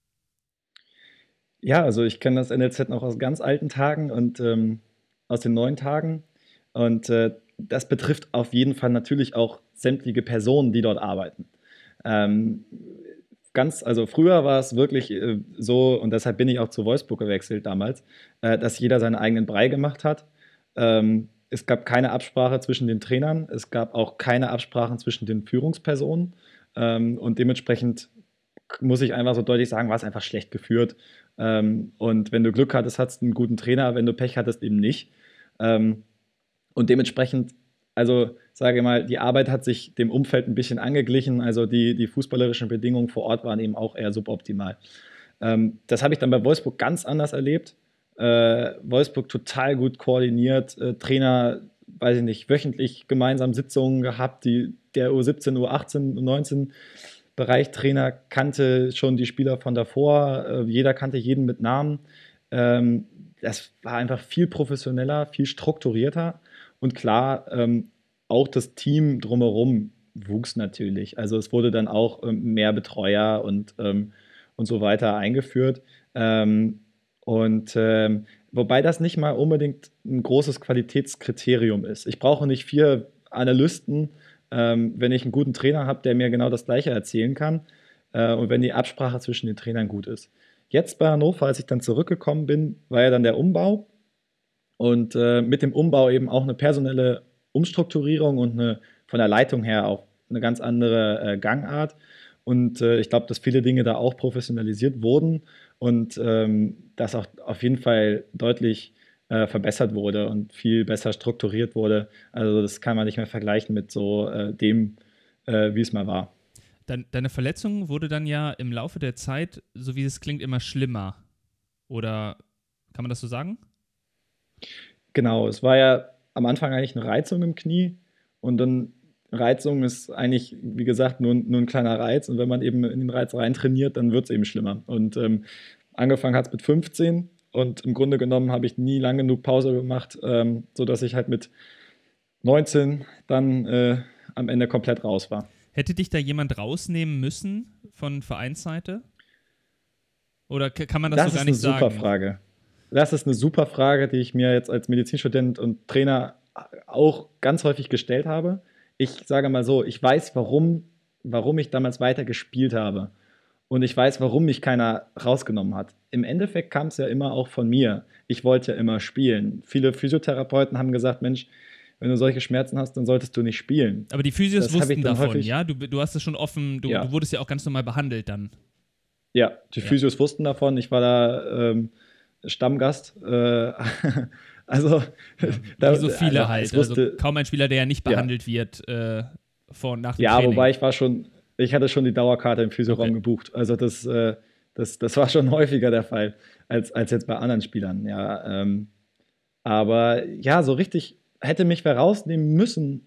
Ja, also ich kenne das N L Z noch aus ganz alten Tagen und ähm, aus den neuen Tagen. Und äh, das betrifft auf jeden Fall natürlich auch sämtliche Personen, die dort arbeiten. Ähm, ganz, also früher war es wirklich äh, so, und deshalb bin ich auch zu Wolfsburg gewechselt damals, äh, dass jeder seinen eigenen Brei gemacht hat. Ähm, es gab keine Absprache zwischen den Trainern, es gab auch keine Absprachen zwischen den Führungspersonen. Ähm, und dementsprechend muss ich einfach so deutlich sagen, war es einfach schlecht geführt. Ähm, und wenn du Glück hattest, hattest du einen guten Trainer, wenn du Pech hattest, eben nicht. Ähm, und dementsprechend, also sage ich mal, die Arbeit hat sich dem Umfeld ein bisschen angeglichen. Also die, die fußballerischen Bedingungen vor Ort waren eben auch eher suboptimal. Ähm, das habe ich dann bei Wolfsburg ganz anders erlebt. Äh, Wolfsburg total gut koordiniert, äh, Trainer, weiß ich nicht, wöchentlich gemeinsam Sitzungen gehabt, die, der U siebzehn, U achtzehn, U neunzehn Bereichtrainer kannte schon die Spieler von davor, äh, jeder kannte jeden mit Namen. Ähm, das war einfach viel professioneller, viel strukturierter und klar, ähm, auch das Team drumherum wuchs natürlich. Also es wurde dann auch ähm, mehr Betreuer und, ähm, und so weiter eingeführt. Ähm, und ähm, wobei das nicht mal unbedingt ein großes Qualitätskriterium ist. Ich brauche nicht vier Analysten, ähm, wenn ich einen guten Trainer habe, der mir genau das Gleiche erzählen kann äh, und wenn die Absprache zwischen den Trainern gut ist. Jetzt bei Hannover, als ich dann zurückgekommen bin, war ja dann der Umbau und äh, mit dem Umbau eben auch eine personelle Umstrukturierung und eine, von der Leitung her auch eine ganz andere äh, Gangart. Und äh, ich glaube, dass viele Dinge da auch professionalisiert wurden und ähm, das auch auf jeden Fall deutlich äh, verbessert wurde und viel besser strukturiert wurde. Also das kann man nicht mehr vergleichen mit so äh, dem, äh, wie es mal war. Deine Verletzung wurde dann ja im Laufe der Zeit, so wie es klingt, immer schlimmer. Oder kann man das so sagen? Genau, es war ja am Anfang eigentlich eine Reizung im Knie und dann Reizung ist eigentlich, wie gesagt, nur, nur ein kleiner Reiz und wenn man eben in den Reiz rein trainiert, dann wird es eben schlimmer. Und ähm, angefangen hat es mit fünfzehn und im Grunde genommen habe ich nie lang genug Pause gemacht, ähm, sodass ich halt mit neunzehn dann äh, am Ende komplett raus war. Hätte dich da jemand rausnehmen müssen von Vereinsseite? Oder kann man das, das so gar nicht sagen? Das ist eine super Frage. Das ist eine super Frage, die ich mir jetzt als Medizinstudent und Trainer auch ganz häufig gestellt habe. Ich sage mal so, ich weiß, warum, warum ich damals weiter gespielt habe. Und ich weiß, warum mich keiner rausgenommen hat. Im Endeffekt kam es ja immer auch von mir. Ich wollte ja immer spielen. Viele Physiotherapeuten haben gesagt, Mensch, wenn du solche Schmerzen hast, dann solltest du nicht spielen. Aber die Physios wussten davon, ja? Du, du hast es schon offen, du, ja. du wurdest ja auch ganz normal behandelt dann. Ja, die ja. Physios wussten davon. Ich war da ähm, Stammgast. Äh, also, ja, da, wie so viele also, halt. Wusste, also kaum ein Spieler, der ja nicht behandelt ja. wird äh, vor und nach dem ja, Training. Ja, wobei ich war schon, ich hatte schon die Dauerkarte im Physioraum okay. gebucht. Also das, äh, das, das war schon häufiger der Fall als, als jetzt bei anderen Spielern. Ja, ähm, aber ja, so richtig hätte mich wer rausnehmen müssen.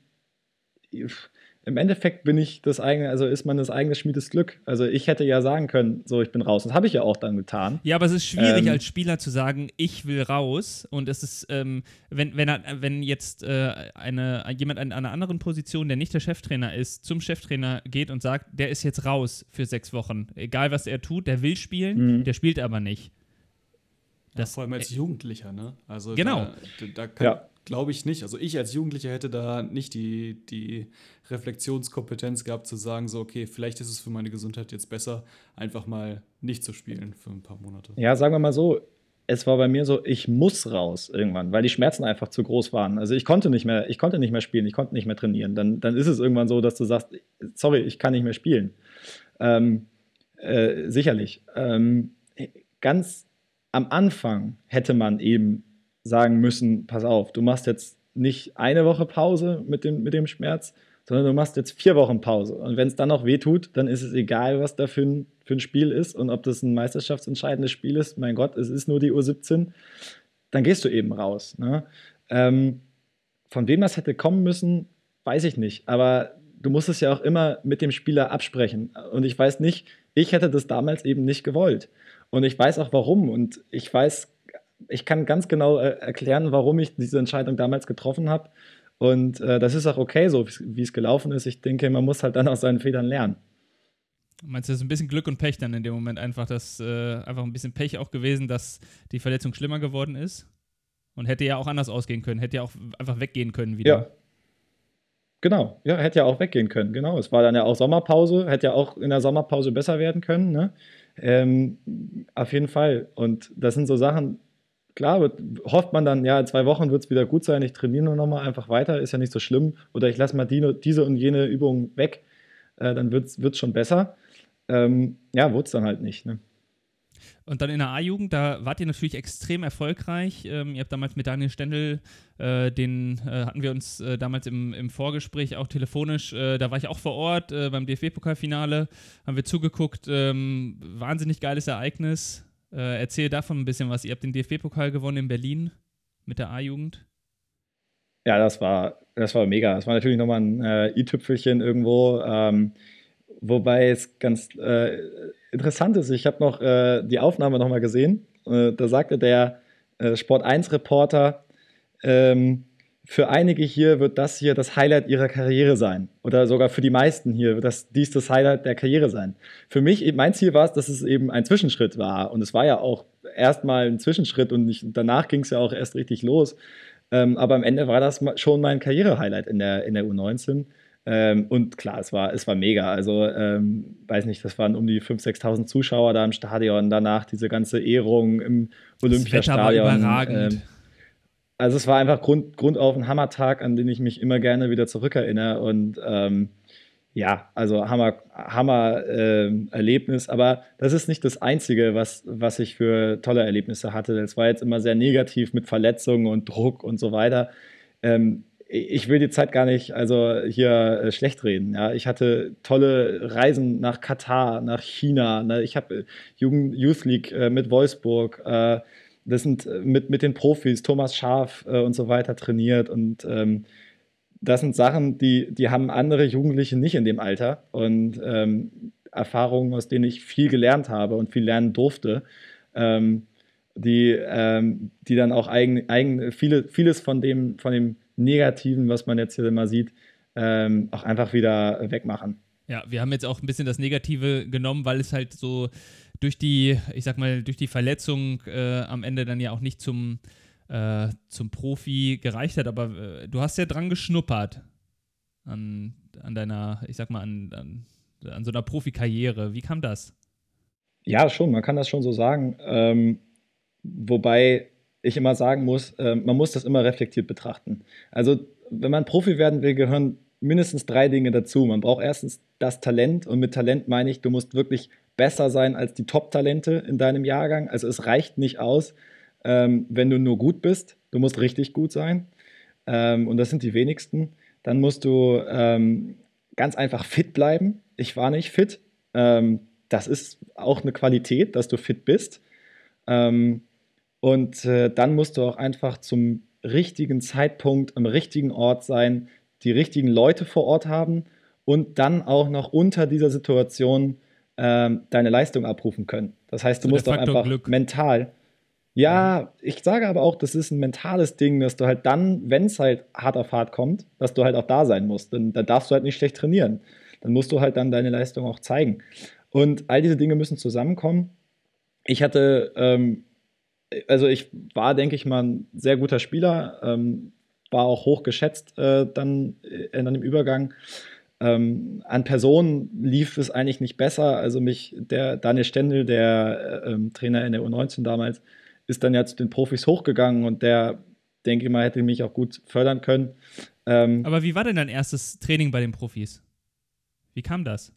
Im Endeffekt bin ich das eigene, also ist man das eigene Schmiedes Glück. Also ich hätte ja sagen können, so ich bin raus. Das habe ich ja auch dann getan. Ja, aber es ist schwierig ähm, als Spieler zu sagen, ich will raus. Und es ist, ähm, wenn, wenn, wenn jetzt äh, eine, jemand an einer anderen Position, der nicht der Cheftrainer ist, zum Cheftrainer geht und sagt, der ist jetzt raus für sechs Wochen. Egal, was er tut, der will spielen, mhm. der spielt aber nicht. Das, ja, vor allem als Jugendlicher, ne? Also genau. Da, da kann, ja. glaube ich nicht. Also ich als Jugendlicher hätte da nicht die, die Reflexionskompetenz gehabt, zu sagen, so okay, vielleicht ist es für meine Gesundheit jetzt besser, einfach mal nicht zu spielen für ein paar Monate. Ja, sagen wir mal so, es war bei mir so, ich muss raus irgendwann, weil die Schmerzen einfach zu groß waren. Also ich konnte nicht mehr, ich konnte nicht mehr spielen, ich konnte nicht mehr trainieren. Dann, dann ist es irgendwann so, dass du sagst, sorry, ich kann nicht mehr spielen. Ähm, äh, sicherlich. Ähm, ganz am Anfang hätte man eben sagen müssen, pass auf, du machst jetzt nicht eine Woche Pause mit dem, mit dem Schmerz, sondern du machst jetzt vier Wochen Pause. Und wenn es dann noch wehtut, dann ist es egal, was da für ein, für ein Spiel ist und ob das ein meisterschaftsentscheidendes Spiel ist. Mein Gott, es ist nur die U siebzehn. Dann gehst du eben raus. Ne? Ähm, von wem das hätte kommen müssen, weiß ich nicht. Aber du musst es ja auch immer mit dem Spieler absprechen. Und ich weiß nicht, ich hätte das damals eben nicht gewollt. Und ich weiß auch warum. Und ich weiß, ich kann ganz genau äh, erklären, warum ich diese Entscheidung damals getroffen habe. Und äh, das ist auch okay, so wie es gelaufen ist. Ich denke, man muss halt dann aus seinen Fehlern lernen. Meinst du, das ist ein bisschen Glück und Pech dann in dem Moment einfach, dass äh, einfach ein bisschen Pech auch gewesen, dass die Verletzung schlimmer geworden ist? Und hätte ja auch anders ausgehen können, hätte ja auch einfach weggehen können wieder. Ja. Genau, ja, hätte ja auch weggehen können, genau. Es war dann ja auch Sommerpause, hätte ja auch in der Sommerpause besser werden können, ne? Ähm, auf jeden Fall. Und das sind so Sachen, klar, wird, hofft man dann, ja, in zwei Wochen wird es wieder gut sein, ich trainiere nur noch mal einfach weiter, ist ja nicht so schlimm. Oder ich lasse mal die, diese und jene Übung weg, äh, dann wird es schon besser. Ähm, ja, wurde es dann halt nicht, ne? Und dann in der A-Jugend, da wart ihr natürlich extrem erfolgreich. Ähm, ihr habt damals mit Daniel Stendel, äh, den äh, hatten wir uns äh, damals im, im Vorgespräch auch telefonisch, äh, da war ich auch vor Ort äh, beim D F B-Pokalfinale, haben wir zugeguckt, ähm, wahnsinnig geiles Ereignis. Äh, erzähl davon ein bisschen was. Ihr habt den D F B-Pokal gewonnen in Berlin mit der A-Jugend. Ja, das war, das war mega. Das war natürlich nochmal ein äh, i-Tüpfelchen irgendwo. Ähm, wobei es ganz äh, interessant ist, ich habe noch äh, die Aufnahme nochmal gesehen. Äh, da sagte der äh, Sport eins Reporter, ähm, für einige hier wird das hier das Highlight ihrer Karriere sein. Oder sogar für die meisten hier wird das, dies das Highlight der Karriere sein. Für mich, mein Ziel war es, dass es eben ein Zwischenschritt war. Und es war ja auch erstmal ein Zwischenschritt und nicht, danach ging es ja auch erst richtig los. Ähm, aber am Ende war das schon mein Karriere-Highlight in der, in der U neunzehn. Ähm, und klar, es war, es war mega. Also, ähm, weiß nicht, das waren um die fünftausend, sechstausend Zuschauer da im Stadion. Danach diese ganze Ehrung im Olympiastadion. Das Wetter war überragend. Ähm, also, es war einfach Grund, Grund auf einen Hammertag, an den ich mich immer gerne wieder zurückerinnere. Und ähm, ja, also Hammer, Hammer ähm, Erlebnis. Aber das ist nicht das Einzige, was, was ich für tolle Erlebnisse hatte. Das war jetzt immer sehr negativ mit Verletzungen und Druck und so weiter. Ähm, ich will die Zeit gar nicht also hier äh, schlecht reden. Ja? Ich hatte tolle Reisen nach Katar, nach China. Ne? Ich habe Jugend Youth League äh, mit Wolfsburg. Äh, das sind äh, mit, mit den Profis, Thomas Schaaf äh, und so weiter trainiert. Und ähm, das sind Sachen, die, die haben andere Jugendliche nicht in dem Alter. Und ähm, Erfahrungen, aus denen ich viel gelernt habe und viel lernen durfte. Ähm, die, ähm, die dann auch eigen, eigen, viele, vieles von dem, von dem Negativen, was man jetzt hier immer sieht, ähm, auch einfach wieder wegmachen. Ja, wir haben jetzt auch ein bisschen das Negative genommen, weil es halt so durch die, ich sag mal, durch die Verletzung äh, am Ende dann ja auch nicht zum, äh, zum Profi gereicht hat. Aber äh, du hast ja dran geschnuppert an, an deiner, ich sag mal, an, an, an so einer Profikarriere. Wie kam das? Ja, schon, man kann das schon so sagen. Ähm, wobei ich immer sagen muss, äh, man muss das immer reflektiert betrachten. Also, wenn man Profi werden will, gehören mindestens drei Dinge dazu. Man braucht erstens das Talent und mit Talent meine ich, du musst wirklich besser sein als die Top-Talente in deinem Jahrgang. Also es reicht nicht aus, ähm, wenn du nur gut bist. Du musst richtig gut sein ähm, und das sind die wenigsten. Dann musst du ähm, ganz einfach fit bleiben. Ich war nicht fit. Ähm, das ist auch eine Qualität, dass du fit bist. Ähm, Und äh, dann musst du auch einfach zum richtigen Zeitpunkt am richtigen Ort sein, die richtigen Leute vor Ort haben und dann auch noch unter dieser Situation ähm, deine Leistung abrufen können. Das heißt, du so musst auch einfach Glück. mental. Ja, ich sage aber auch, das ist ein mentales Ding, dass du halt dann, wenn es halt hart auf hart kommt, dass du halt auch da sein musst. Dann, dann darfst du halt nicht schlecht trainieren. Dann musst du halt dann deine Leistung auch zeigen. Und all diese Dinge müssen zusammenkommen. Ich hatte ähm, Also ich war, denke ich mal, ein sehr guter Spieler, ähm, war auch hoch geschätzt äh, dann in einem Übergang. Ähm, an Personen lief es eigentlich nicht besser. Also mich, der Daniel Stendel, der äh, ähm, Trainer in der U neunzehn damals, ist dann ja zu den Profis hochgegangen und der, denke ich mal, hätte mich auch gut fördern können. Ähm, Aber wie war denn dein erstes Training bei den Profis? Wie kam das?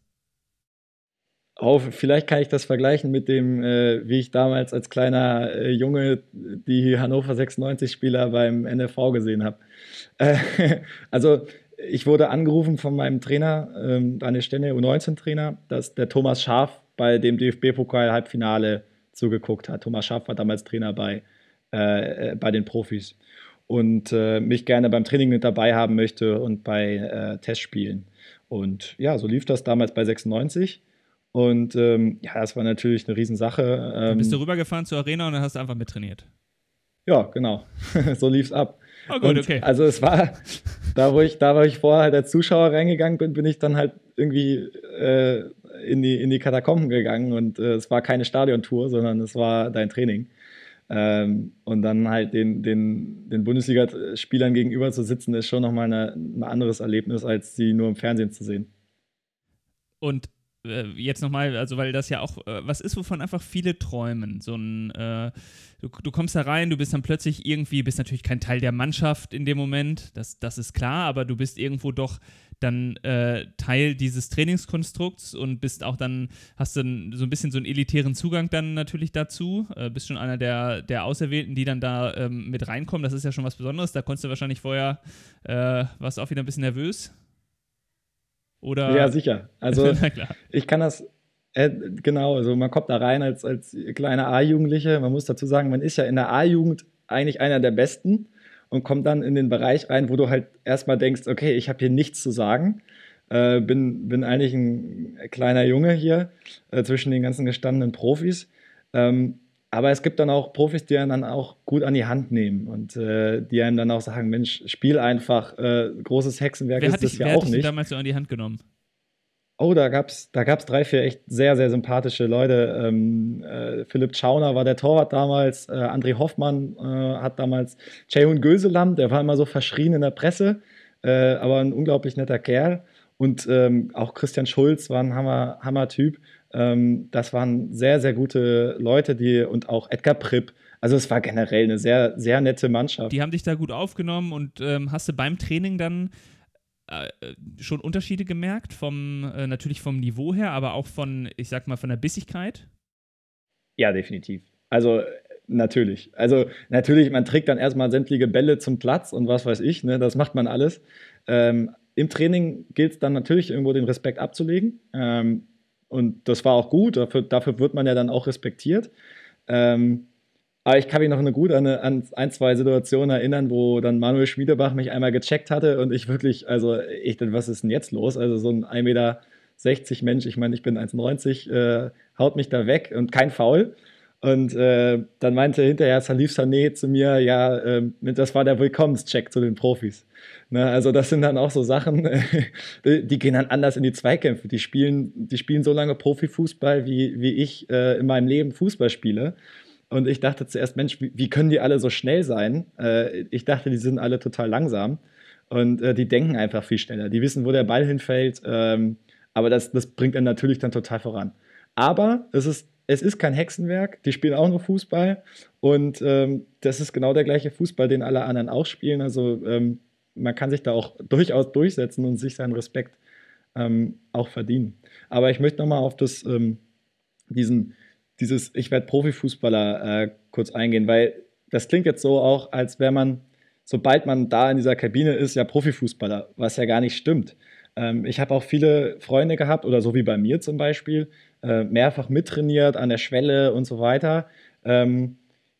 Oh, vielleicht kann ich das vergleichen mit dem, äh, wie ich damals als kleiner äh, Junge die Hannover sechsundneunzig-Spieler beim N F V gesehen habe. Äh, also ich wurde angerufen von meinem Trainer, ähm, Daniel Stenne, U neunzehn-Trainer, dass der Thomas Schaaf bei dem D F B-Pokal-Halbfinale zugeguckt hat. Thomas Schaaf war damals Trainer bei, äh, bei den Profis und äh, mich gerne beim Training mit dabei haben möchte und bei äh, Testspielen. Und ja, so lief das damals bei sechsundneunzig. Und ähm, ja, das war natürlich eine Riesensache. Ähm, Dann bist du rübergefahren zur Arena und dann hast du einfach mittrainiert. Ja, genau. So lief's ab. Oh gut, und okay. Also es war, da wo ich, da wo ich vorher halt als Zuschauer reingegangen bin, bin ich dann halt irgendwie äh, in, die, in die Katakomben gegangen und äh, es war keine Stadiontour, sondern es war dein Training. Ähm, und dann halt den, den, den Bundesligaspielern gegenüber zu sitzen, ist schon nochmal eine, ein anderes Erlebnis, als sie nur im Fernsehen zu sehen. Und äh, jetzt nochmal, also weil das ja auch äh, was ist, wovon einfach viele träumen. So ein, äh, du, du kommst da rein, du bist dann plötzlich irgendwie, bist natürlich kein Teil der Mannschaft in dem Moment, das, das ist klar, aber du bist irgendwo doch dann äh, Teil dieses Trainingskonstrukts und bist auch dann, hast dann so ein bisschen so einen elitären Zugang dann natürlich dazu, äh, bist schon einer der, der Auserwählten, die dann da ähm, mit reinkommen, das ist ja schon was Besonderes, da konntest du wahrscheinlich vorher, äh, warst du auch wieder ein bisschen nervös? Oder? Ja, sicher. Also Na klar. ich kann das, äh, genau, also man kommt da rein als, als kleiner A-Jugendliche, man muss dazu sagen, man ist ja in der A-Jugend eigentlich einer der Besten und kommt dann in den Bereich rein, wo du halt erstmal denkst, okay, ich habe hier nichts zu sagen, äh, bin, bin eigentlich ein kleiner Junge hier äh, zwischen den ganzen gestandenen Profis, ähm, aber es gibt dann auch Profis, die einen dann auch gut an die Hand nehmen und äh, die einem dann auch sagen, Mensch, spiel einfach, äh, großes Hexenwerk Wer ist hat das dich, ja wer hat auch dich nicht. damals so an die Hand genommen? Oh, da gab's, da gab's drei, vier echt sehr, sehr sympathische Leute. Ähm, äh, Philipp Schauner war der Torwart damals, äh, André Hoffmann äh, hat damals, Ceyhun Göselam, der war immer so verschrien in der Presse, äh, aber ein unglaublich netter Kerl. Und ähm, auch Christian Schulz war ein Hammer, Hammer-Typ. Ähm, das waren sehr, sehr gute Leute, die und auch Edgar Pripp. Also es war generell eine sehr, sehr nette Mannschaft. Die haben dich da gut aufgenommen und ähm, hast du beim Training dann äh, schon Unterschiede gemerkt, vom, äh, natürlich vom Niveau her, aber auch von, ich sag mal, von der Bissigkeit? Ja, definitiv. Also natürlich. Also natürlich, man trägt dann erstmal sämtliche Bälle zum Platz und was weiß ich, ne, das macht man alles. Ähm, Im Training gilt es dann natürlich irgendwo den Respekt abzulegen. Ähm, und das war auch gut, dafür, dafür wird man ja dann auch respektiert. Ähm, aber ich kann mich noch eine gut an, eine, an ein, zwei Situationen erinnern, wo dann Manuel Schmiedebach mich einmal gecheckt hatte und ich wirklich, also ich dachte, was ist denn jetzt los? Also so ein ein Meter sechzig Mensch, ich meine, ich bin eins neunzig, äh, haut mich da weg und kein Foul. Und äh, dann meinte hinterher Salif Sané zu mir, ja, äh, das war der Willkommenscheck zu den Profis. Ne, also das sind dann auch so Sachen, die, die gehen dann anders in die Zweikämpfe. Die spielen, die spielen so lange Profifußball, wie, wie ich äh, in meinem Leben Fußball spiele. Und ich dachte zuerst, Mensch, wie, wie können die alle so schnell sein? Äh, ich dachte, die sind alle total langsam. Und äh, die denken einfach viel schneller. Die wissen, wo der Ball hinfällt. Ähm, aber das, das bringt einen natürlich dann total voran. Aber es ist Es ist kein Hexenwerk, die spielen auch nur Fußball und ähm, das ist genau der gleiche Fußball, den alle anderen auch spielen. Also ähm, man kann sich da auch durchaus durchsetzen und sich seinen Respekt ähm, auch verdienen. Aber ich möchte nochmal auf das, ähm, diesen, dieses Ich werde Profifußballer äh, kurz eingehen, weil das klingt jetzt so auch, als wäre man, sobald man da in dieser Kabine ist, ja Profifußballer, was ja gar nicht stimmt. Ähm, ich habe auch viele Freunde gehabt, oder so wie bei mir zum Beispiel, äh, mehrfach mittrainiert an der Schwelle und so weiter, ähm,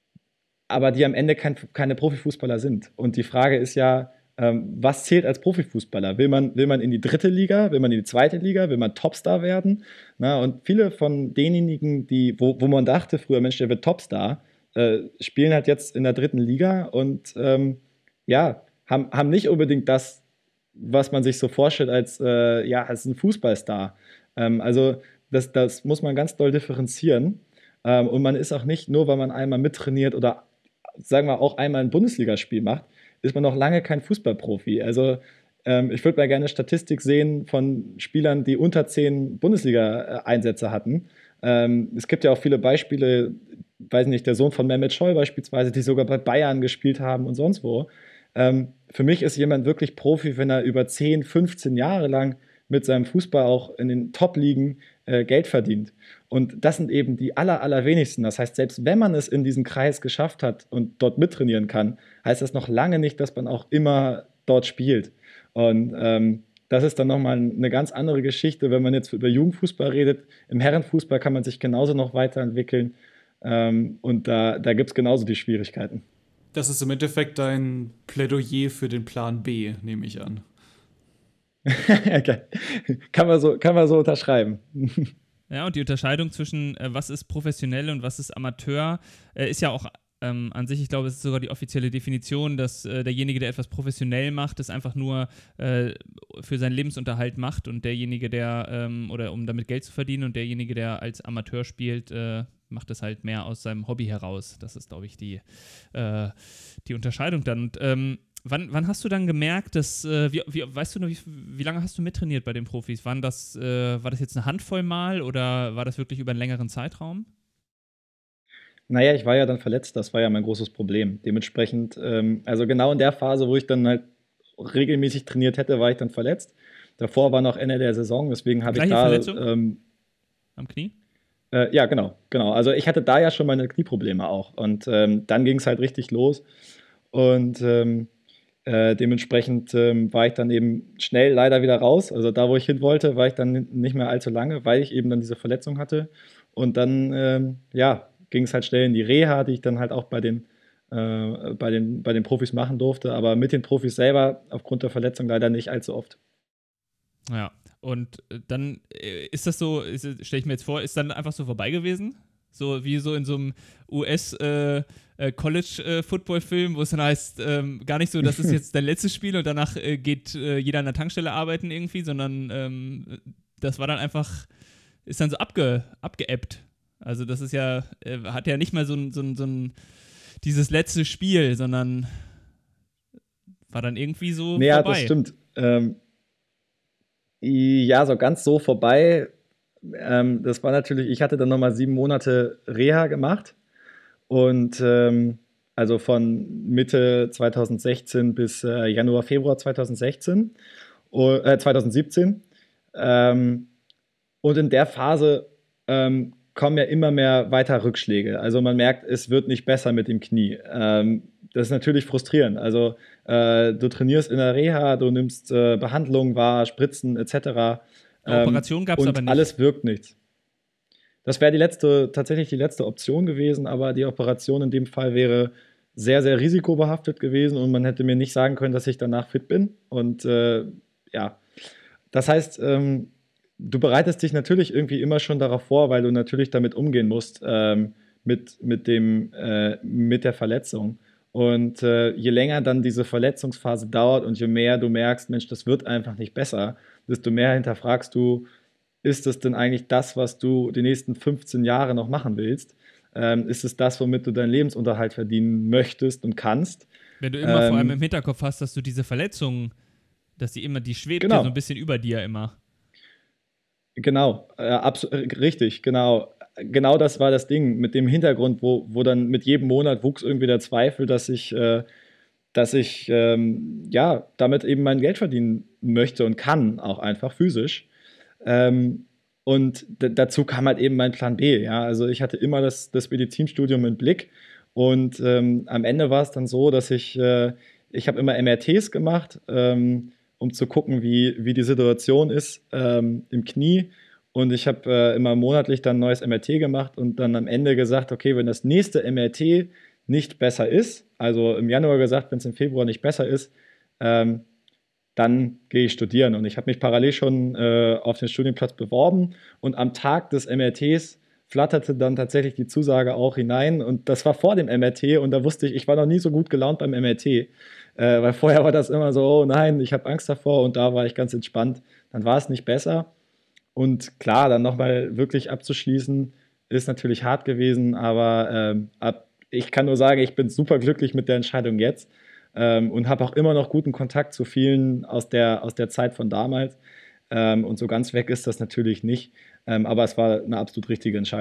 aber die am Ende kein, keine Profifußballer sind. Und die Frage ist ja, ähm, was zählt als Profifußballer? Will man, will man in die dritte Liga, will man in die zweite Liga, will man Topstar werden? Na, und viele von denjenigen, die, wo, wo man dachte früher, Mensch, der wird Topstar, äh, spielen halt jetzt in der dritten Liga und ähm, ja, haben, haben nicht unbedingt das, was man sich so vorstellt als, äh, ja, als ein Fußballstar. Ähm, also das, das muss man ganz doll differenzieren. Ähm, und man ist auch nicht, nur weil man einmal mittrainiert oder sagen wir auch einmal ein Bundesligaspiel macht, ist man noch lange kein Fußballprofi. Also ähm, ich würde mal gerne eine Statistik sehen von Spielern, die unter zehn Bundesliga-Einsätze hatten. Ähm, es gibt ja auch viele Beispiele, weiß nicht, der Sohn von Mehmet Scholl beispielsweise, die sogar bei Bayern gespielt haben und sonst wo. Ähm, für mich ist jemand wirklich Profi, wenn er über zehn, fünfzehn Jahre lang mit seinem Fußball auch in den Top-Ligen äh, Geld verdient. Und das sind eben die aller, allerwenigsten. Das heißt, selbst wenn man es in diesen Kreis geschafft hat und dort mittrainieren kann, heißt das noch lange nicht, dass man auch immer dort spielt. Und ähm, das ist dann nochmal eine ganz andere Geschichte, wenn man jetzt über Jugendfußball redet. Im Herrenfußball kann man sich genauso noch weiterentwickeln. Ähm, und da, da gibt es genauso die Schwierigkeiten. Das ist im Endeffekt dein Plädoyer für den Plan B, nehme ich an. Okay. kann, man so, kann man so unterschreiben. Ja, und die Unterscheidung zwischen, äh, was ist professionell und was ist Amateur, äh, ist ja auch ähm, an sich, ich glaube, es ist sogar die offizielle Definition, dass äh, derjenige, der etwas professionell macht, das einfach nur äh, für seinen Lebensunterhalt macht und derjenige, der, ähm, oder um damit Geld zu verdienen, und derjenige, der als Amateur spielt, äh, macht das halt mehr aus seinem Hobby heraus. Das ist, glaube ich, die, äh, die Unterscheidung dann. Und ähm, Wann, wann hast du dann gemerkt, dass, äh, wie, wie, weißt du noch, wie, wie lange hast du mittrainiert bei den Profis? Waren das, äh, war das jetzt eine Handvoll Mal oder war das wirklich über einen längeren Zeitraum? Naja, ich war ja dann verletzt, das war ja mein großes Problem. Dementsprechend, ähm, also genau in der Phase, wo ich dann halt regelmäßig trainiert hätte, war ich dann verletzt. Davor war noch Ende der Saison, deswegen habe ich da... Verletzung? Ähm, Am Knie? Äh, ja, genau, genau. Also ich hatte da ja schon meine Knieprobleme auch. Und ähm, dann ging es halt richtig los. Und ähm, äh, dementsprechend ähm, war ich dann eben schnell leider wieder raus. Also da, wo ich hin wollte, war ich dann nicht mehr allzu lange, weil ich eben dann diese Verletzung hatte. Und dann, ähm, ja, ging es halt schnell in die Reha, die ich dann halt auch bei den, äh, bei den, bei den Profis machen durfte. Aber mit den Profis selber aufgrund der Verletzung leider nicht allzu oft. Ja, und äh, dann äh, ist das so, stelle ich mir jetzt vor, ist dann einfach so vorbei gewesen? So wie so in so einem U S äh, äh, College-Football-Film, wo es dann heißt, ähm, gar nicht so, das ist jetzt dein letztes Spiel und danach äh, geht äh, jeder an der Tankstelle arbeiten irgendwie, sondern ähm, das war dann einfach, ist dann so abge, abgeebbt. Also das ist ja, äh, hat ja nicht mal so ein, so ein, so ein, dieses letzte Spiel, sondern war dann irgendwie so Nee, ja, vorbei. das stimmt. Ähm, ja, so ganz so vorbei. Ähm, das war natürlich, ich hatte dann nochmal sieben Monate Reha gemacht und ähm, also von Mitte zwanzig sechzehn bis äh, Januar, Februar zwanzig sechzehn, uh, äh, zwanzig siebzehn. Ähm, und in der Phase ähm, kommen ja immer mehr weiter Rückschläge. Also man merkt, es wird nicht besser mit dem Knie. Ähm, das ist natürlich frustrierend. Also äh, du trainierst in der Reha, du nimmst äh, Behandlung wahr, Spritzen et cetera. Eine Operation gab es aber Und nicht. alles wirkt nichts. Das wäre die letzte, tatsächlich die letzte Option gewesen, aber die Operation in dem Fall wäre sehr, sehr risikobehaftet gewesen und man hätte mir nicht sagen können, dass ich danach fit bin. Und äh, ja, das heißt, ähm, du bereitest dich natürlich irgendwie immer schon darauf vor, weil du natürlich damit umgehen musst, ähm, mit, mit, dem, äh, mit der Verletzung. Und äh, je länger dann diese Verletzungsphase dauert und je mehr du merkst, Mensch, das wird einfach nicht besser, desto mehr hinterfragst du, ist es denn eigentlich das, was du die nächsten fünfzehn Jahre noch machen willst? Ähm, ist es das, womit du deinen Lebensunterhalt verdienen möchtest und kannst? Wenn du immer ähm, vor allem im Hinterkopf hast, dass du diese Verletzung, dass die immer, die schwebt genau. ja so ein bisschen über dir immer. Genau, äh, abs- äh, richtig, genau. Genau das war das Ding mit dem Hintergrund, wo, wo dann mit jedem Monat wuchs irgendwie der Zweifel, dass ich, äh, dass ich ähm, ja, damit eben mein Geld verdienen möchte und kann, auch einfach physisch. Ähm, und d- dazu kam halt eben mein Plan B. Ja? Also ich hatte immer das, das Medizinstudium im Blick und ähm, am Ende war es dann so, dass ich, äh, ich habe immer M R Ts gemacht, ähm, um zu gucken, wie, wie die Situation ist ähm, im Knie. Und ich habe äh, immer monatlich dann ein neues M R T gemacht und dann am Ende gesagt, okay, wenn das nächste M R T nicht besser ist, also im Januar gesagt, wenn es im Februar nicht besser ist, ähm, dann gehe ich studieren. Und ich habe mich parallel schon äh, auf den Studienplatz beworben und am Tag des M R Ts flatterte dann tatsächlich die Zusage auch hinein und das war vor dem M R T und da wusste ich, ich war noch nie so gut gelaunt beim M R T, äh, weil vorher war das immer so, oh nein, ich habe Angst davor und da war ich ganz entspannt. Dann war es nicht besser und klar, dann nochmal wirklich abzuschließen, ist natürlich hart gewesen, aber ähm, ab, ich kann nur sagen, ich bin super glücklich mit der Entscheidung jetzt. Ähm, und habe auch immer noch guten Kontakt zu vielen aus der, aus der Zeit von damals. Ähm, und so ganz weg ist das natürlich nicht. Ähm, aber es war eine absolut richtige Entscheidung.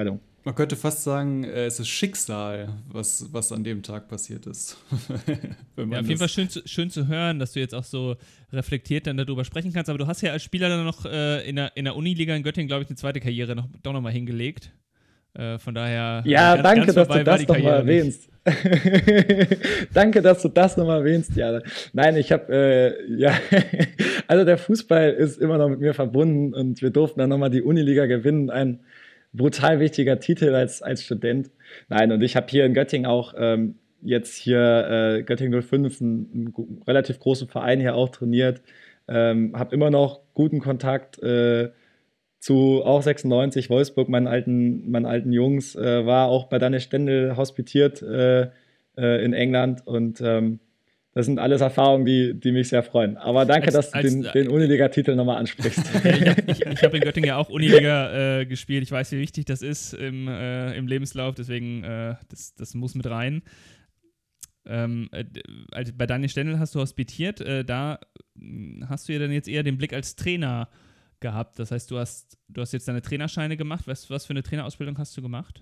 Man könnte fast sagen, äh, es ist Schicksal, was, was an dem Tag passiert ist. Wenn man Ja, auf jeden Fall das- schön zu, schön zu hören, dass du jetzt auch so reflektiert dann darüber sprechen kannst. Aber du hast ja als Spieler dann noch äh, in, der, in der Uniliga in Göttingen, glaube ich, eine zweite Karriere noch, doch nochmal hingelegt. Äh, von daher. Ja, äh, ganz, danke, ganz dass vorbei du war das die nochmal Karriere nicht. erwähnst. Danke, dass du das nochmal erwähnst, ja. Nein, ich habe, äh, ja, also der Fußball ist immer noch mit mir verbunden und wir durften dann nochmal die Uniliga gewinnen. Ein brutal wichtiger Titel als, als Student. Nein, und ich habe hier in Göttingen auch ähm, jetzt hier äh, Göttingen null fünf, einen, einen gu- relativ großen Verein hier auch trainiert. Ähm, habe immer noch guten Kontakt äh, zu auch sechsundneunzig, Wolfsburg, meinen alten, meinen alten Jungs, äh, war auch bei Daniel Stendel hospitiert äh, äh, in England und ähm, das sind alles Erfahrungen, die, die mich sehr freuen. Aber danke, Als- dass du als- den, den Uniliga-Titel nochmal ansprichst. Ja, ich habe ich, ich hab in Göttingen ja auch Uniliga äh, gespielt. Ich weiß, wie wichtig das ist im, äh, im Lebenslauf, deswegen äh, das, das muss mit rein. Ähm, äh, d- also bei Daniel Stendel hast du hospitiert. Äh, da mh, hast du ja dann jetzt eher den Blick als Trainer gehabt. Das heißt, du hast, du hast jetzt deine Trainerscheine gemacht. Was, was für eine Trainerausbildung hast du gemacht?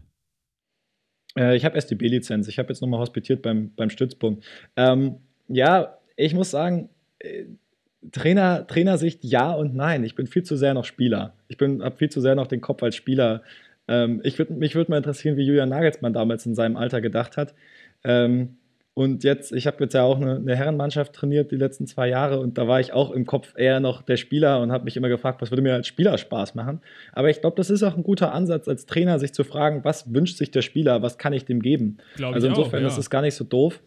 Äh, ich habe S D B-Lizenz. Ich habe jetzt nochmal hospitiert beim, beim Stützpunkt. Ähm, ja, ich muss sagen, äh, Trainer, Trainersicht ja und nein. Ich bin viel zu sehr noch Spieler. Ich habe viel zu sehr noch den Kopf als Spieler. Ähm, ich würd, mich würde mal interessieren, wie Julian Nagelsmann damals in seinem Alter gedacht hat. Ähm, und jetzt, ich habe jetzt ja auch eine, eine Herrenmannschaft trainiert die letzten zwei Jahre und da war ich auch im Kopf eher noch der Spieler und habe mich immer gefragt, was würde mir als Spieler Spaß machen. Aber ich glaube, das ist auch ein guter Ansatz als Trainer, sich zu fragen, was wünscht sich der Spieler, was kann ich dem geben? Glaube Also ich auch, insofern ja. ist es gar nicht so doof,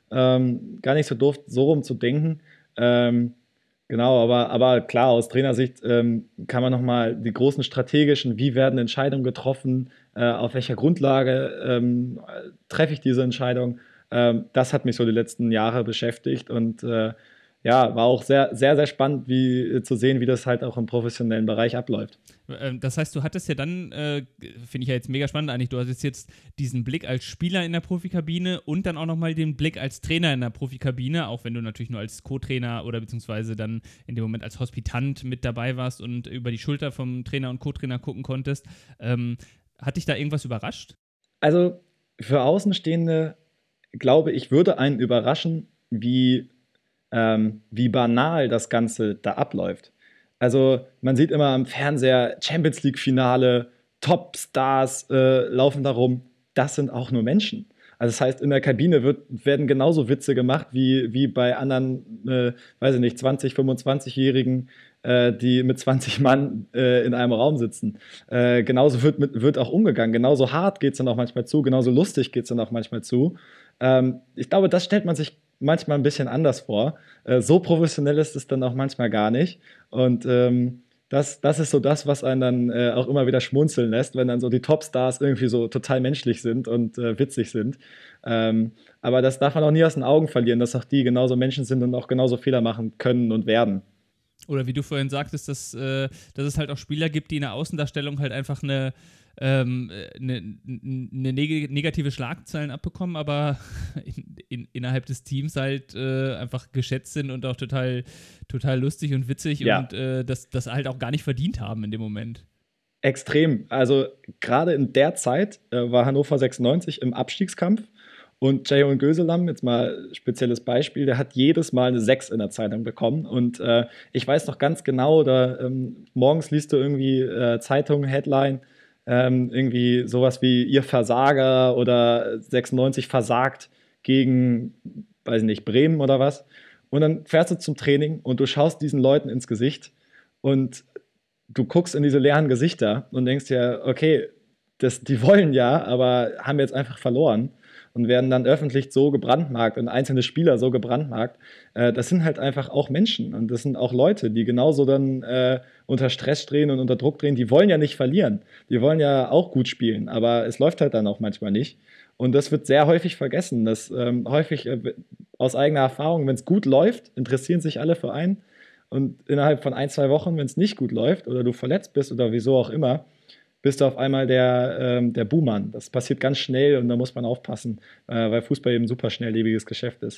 ähm, gar nicht so doof, so rum zu denken. Ähm, genau, aber, aber klar, aus Trainersicht ähm, kann man nochmal die großen strategischen, wie werden Entscheidungen getroffen, äh, auf welcher Grundlage ähm, treffe ich diese Entscheidung, ähm, das hat mich so die letzten Jahre beschäftigt und äh, ja, war auch sehr, sehr, sehr spannend, wie, äh, zu sehen, wie das halt auch im professionellen Bereich abläuft. Ähm, Das heißt, du hattest ja dann, äh, finde ich ja jetzt mega spannend eigentlich, du hattest jetzt diesen Blick als Spieler in der Profikabine und dann auch nochmal den Blick als Trainer in der Profikabine, auch wenn du natürlich nur als Co-Trainer oder beziehungsweise dann in dem Moment als Hospitant mit dabei warst und über die Schulter vom Trainer und Co-Trainer gucken konntest. Ähm, hat dich da irgendwas überrascht? Also für Außenstehende glaube ich, würde einen überraschen, wie, ähm, wie banal das Ganze da abläuft. Also man sieht immer am Fernseher Champions League-Finale, Top-Stars äh, laufen da rum. Das sind auch nur Menschen. Also das heißt, in der Kabine wird, werden genauso Witze gemacht wie, wie bei anderen, äh, weiß ich nicht, zwanzig, fünfundzwanzig-Jährigen, äh, die mit zwanzig Mann äh, in einem Raum sitzen. Äh, genauso wird, mit, wird auch umgegangen. Genauso hart geht es dann auch manchmal zu, genauso lustig geht es dann auch manchmal zu. Ähm, ich glaube, das stellt man sich manchmal ein bisschen anders vor. Äh, so professionell ist es dann auch manchmal gar nicht. Und ähm, das, das ist so das, was einen dann äh, auch immer wieder schmunzeln lässt, wenn dann so die Topstars irgendwie so total menschlich sind und äh, witzig sind. Ähm, aber das darf man auch nie aus den Augen verlieren, dass auch die genauso Menschen sind und auch genauso Fehler machen können und werden. Oder wie du vorhin sagtest, dass, äh, dass es halt auch Spieler gibt, die in der Außendarstellung halt einfach eine, ähm, eine, eine neg negative Schlagzeilen abbekommen, aber in, in, innerhalb des Teams halt äh, einfach geschätzt sind und auch total, total lustig und witzig Ja. und äh, das, das halt auch gar nicht verdient haben in dem Moment. Extrem. Also gerade in der Zeit äh, war Hannover sechsundneunzig im Abstiegskampf und Ceyhun Göselam, jetzt mal spezielles Beispiel, der hat jedes Mal eine sechs in der Zeitung bekommen und äh, ich weiß noch ganz genau, da ähm, morgens liest du irgendwie äh, Zeitung, Headline, ähm, irgendwie sowas wie ihr Versager oder sechsundneunzig versagt gegen, weiß nicht, Bremen oder was. Und dann fährst du zum Training und du schaust diesen Leuten ins Gesicht und du guckst in diese leeren Gesichter und denkst dir, okay, das, die wollen ja, aber haben jetzt einfach verloren und werden dann öffentlich so gebrandmarkt und einzelne Spieler so gebrandmarkt. Äh, das sind halt einfach auch Menschen und das sind auch Leute, die genauso dann äh, unter Stress drehen und unter Druck drehen. Die wollen ja nicht verlieren. Die wollen ja auch gut spielen, aber es läuft halt dann auch manchmal nicht. Und das wird sehr häufig vergessen. Das ähm, häufig äh, aus eigener Erfahrung, wenn es gut läuft, interessieren sich alle für einen. Und innerhalb von ein, zwei Wochen, wenn es nicht gut läuft oder du verletzt bist oder wieso auch immer, bist du auf einmal der, ähm, der Buhmann. Das passiert ganz schnell und da muss man aufpassen, äh, weil Fußball eben ein super schnelllebiges Geschäft ist.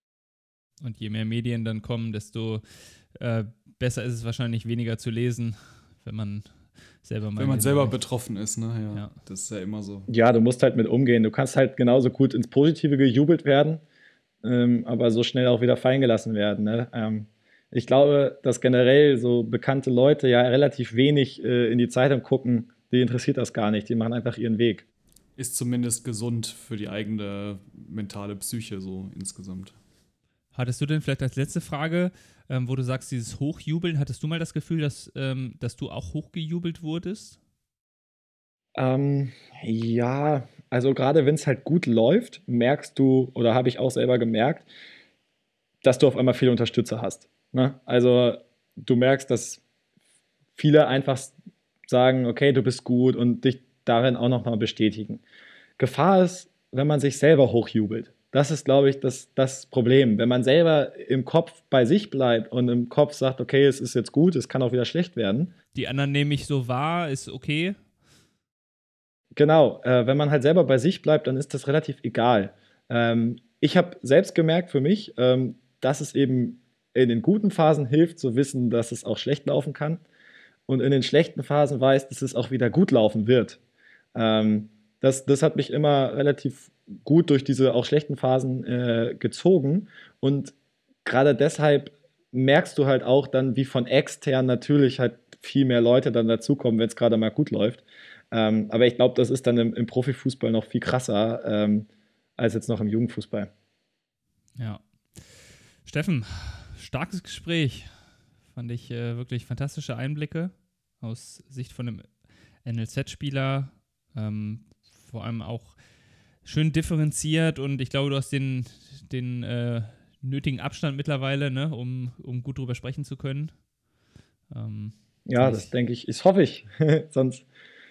Und je mehr Medien dann kommen, desto äh, besser ist es wahrscheinlich, weniger zu lesen, wenn man selber mal Wenn man in dem selber Bereich- betroffen ist, ne? Ja, Ja. das ist ja immer so. Ja, du musst halt mit umgehen. Du kannst halt genauso gut ins Positive gejubelt werden, ähm, aber so schnell auch wieder fallen gelassen werden. Ne? Ähm, ich glaube, dass generell so bekannte Leute ja relativ wenig äh, in die Zeitung gucken. Die interessiert das gar nicht. Die machen einfach ihren Weg. Ist zumindest gesund für die eigene mentale Psyche so insgesamt. Hattest du denn vielleicht als letzte Frage, ähm, wo du sagst, dieses Hochjubeln, hattest du mal das Gefühl, dass, ähm, dass du auch hochgejubelt wurdest? Ähm, ja, also gerade wenn es halt gut läuft, merkst du, oder habe ich auch selber gemerkt, dass du auf einmal viele Unterstützer hast. Ne? Also du merkst, dass viele einfach s- sagen, okay, du bist gut und dich darin auch nochmal bestätigen. Gefahr ist, wenn man sich selber hochjubelt. Das ist, glaube ich, das, das Problem. Wenn man selber im Kopf bei sich bleibt und im Kopf sagt, okay, es ist jetzt gut, es kann auch wieder schlecht werden. Die anderen nehme ich so wahr, ist okay. Genau, äh, wenn man halt selber bei sich bleibt, dann ist das relativ egal. Ähm, ich habe selbst gemerkt für mich, ähm, dass es eben in den guten Phasen hilft, zu wissen, dass es auch schlecht laufen kann. Und in den schlechten Phasen weiß, dass es auch wieder gut laufen wird. Ähm, das, das hat mich immer relativ gut durch diese auch schlechten Phasen äh, gezogen. Und gerade deshalb merkst du halt auch dann, wie von extern natürlich halt viel mehr Leute dann dazukommen, wenn es gerade mal gut läuft. Ähm, aber ich glaube, das ist dann im, im Profifußball noch viel krasser ähm, als jetzt noch im Jugendfußball. Ja. Steffen, starkes Gespräch. Fand ich äh, wirklich fantastische Einblicke aus Sicht von einem N L Z-Spieler. Ähm, vor allem auch schön differenziert und ich glaube, du hast den, den äh, nötigen Abstand mittlerweile, ne, um, um gut drüber sprechen zu können. Ähm, Ja, fand das ich- denke ich, ist, hoffe ich. Sonst.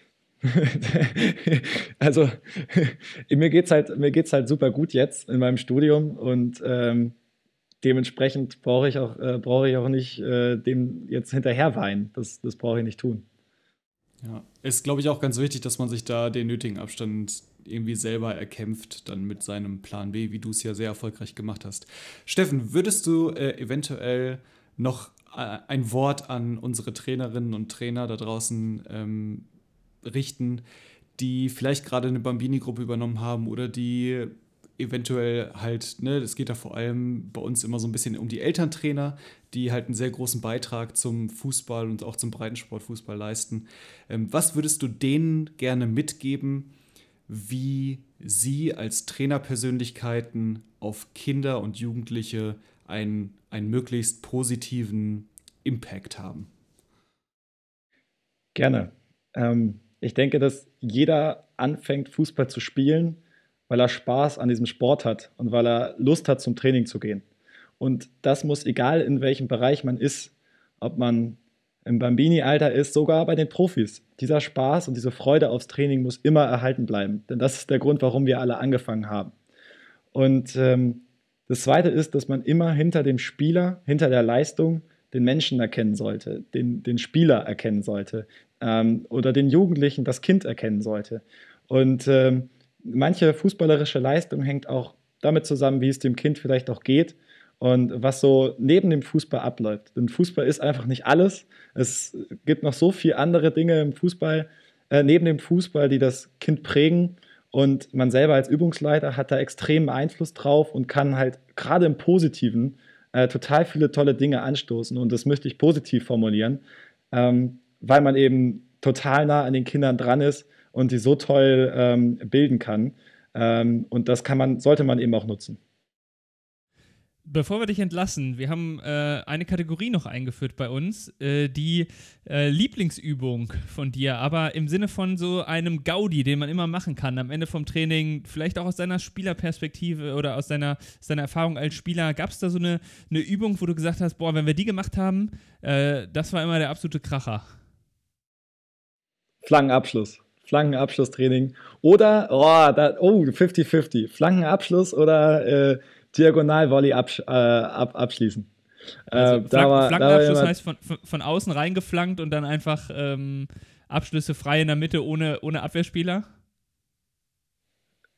Also, mir geht's halt, mir geht's halt super gut jetzt in meinem Studium und ähm, dementsprechend brauche ich auch, äh, brauche ich auch nicht äh, dem jetzt hinterher weinen. Das, das brauche ich nicht tun. Ja, ist, glaube ich, auch ganz wichtig, dass man sich da den nötigen Abstand irgendwie selber erkämpft, dann mit seinem Plan B, wie du es ja sehr erfolgreich gemacht hast. Steffen, würdest du äh, eventuell noch äh, ein Wort an unsere Trainerinnen und Trainer da draußen ähm, richten, die vielleicht gerade eine Bambini-Gruppe übernommen haben oder die eventuell halt, ne, es geht da vor allem bei uns immer so ein bisschen um die Elterntrainer, die halt einen sehr großen Beitrag zum Fußball und auch zum Breitensportfußball leisten. Ähm, was würdest du denen gerne mitgeben, wie sie als Trainerpersönlichkeiten auf Kinder und Jugendliche einen, einen möglichst positiven Impact haben? Gerne. Ähm, ich denke, dass jeder anfängt, Fußball zu spielen, weil er Spaß an diesem Sport hat und weil er Lust hat, zum Training zu gehen. Und das muss, egal in welchem Bereich man ist, ob man im Bambini-Alter ist, sogar bei den Profis. Dieser Spaß und diese Freude aufs Training muss immer erhalten bleiben. Denn das ist der Grund, warum wir alle angefangen haben. Und ähm, das Zweite ist, dass man immer hinter dem Spieler, hinter der Leistung, den Menschen erkennen sollte, den, den Spieler erkennen sollte ähm, oder den Jugendlichen das Kind erkennen sollte. Und ähm, manche fußballerische Leistung hängt auch damit zusammen, wie es dem Kind vielleicht auch geht und was so neben dem Fußball abläuft. Denn Fußball ist einfach nicht alles. Es gibt noch so viele andere Dinge im Fußball, äh, neben dem Fußball, die das Kind prägen. Und man selber als Übungsleiter hat da extremen Einfluss drauf und kann halt gerade im Positiven äh, total viele tolle Dinge anstoßen. Und das möchte ich positiv formulieren, ähm, weil man eben total nah an den Kindern dran ist und die so toll ähm, bilden kann. Ähm, und das kann man, sollte man eben auch nutzen. Bevor wir dich entlassen, wir haben äh, eine Kategorie noch eingeführt bei uns, äh, die äh, Lieblingsübung von dir, aber im Sinne von so einem Gaudi, den man immer machen kann am Ende vom Training, vielleicht auch aus deiner Spielerperspektive oder aus deiner, aus deiner Erfahrung als Spieler. Gab es da so eine, eine Übung, wo du gesagt hast, boah, wenn wir die gemacht haben, äh, das war immer der absolute Kracher? Flankenabschluss. Flankenabschlusstraining. Oder, oh, da, oh fünfzig fünfzig. Flankenabschluss oder äh, Diagonalvolley absch äh, ab, abschließen. Also Äh, Flank da war, Flankenabschluss da war immer, heißt von, von, von außen reingeflankt und dann einfach ähm, Abschlüsse frei in der Mitte ohne, ohne Abwehrspieler?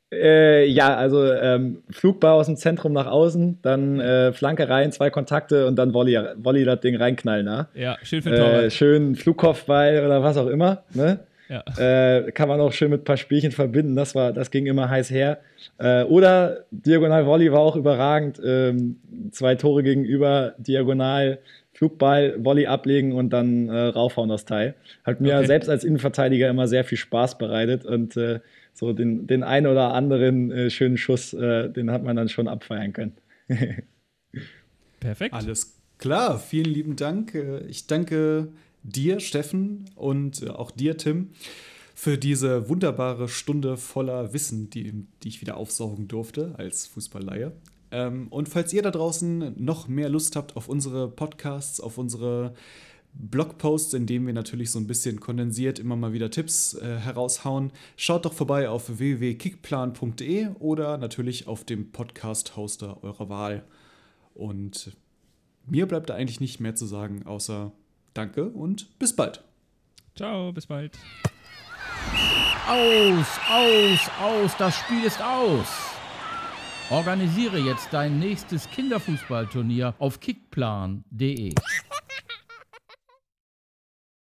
Äh, ja, also ähm, Flugball aus dem Zentrum nach außen, dann äh, Flanke rein, zwei Kontakte und dann Volley, Volley das Ding reinknallen. Na? Ja, schön für den Torwart. Äh, schön Flugkopfball oder was auch immer. Ne? Ja. Äh, kann man auch schön mit ein paar Spielchen verbinden. Das, war, das ging immer heiß her. Äh, oder Diagonal Volley war auch überragend. Ähm, zwei Tore gegenüber, Diagonal Flugball, Volley ablegen und dann äh, raufhauen das Teil. Hat mir Okay. selbst als Innenverteidiger immer sehr viel Spaß bereitet und äh, so den, den einen oder anderen äh, schönen Schuss, äh, den hat man dann schon abfeiern können. Perfekt. Alles klar, vielen lieben Dank. Äh, Ich danke dir, Steffen, und äh, auch dir, Tim, für diese wunderbare Stunde voller Wissen, die, die ich wieder aufsaugen durfte als Fußballleihe. Ähm, und falls ihr da draußen noch mehr Lust habt auf unsere Podcasts, auf unsere Blogposts, in denen wir natürlich so ein bisschen kondensiert immer mal wieder Tipps äh, heraushauen, schaut doch vorbei auf w w w punkt kickplan punkt d e oder natürlich auf dem Podcast-Hoster eurer Wahl. Und mir bleibt da eigentlich nicht mehr zu sagen, außer Danke und bis bald. Ciao, bis bald. Aus, aus, aus, das Spiel ist aus. Organisiere jetzt dein nächstes Kinderfußballturnier auf kickplan punkt d e.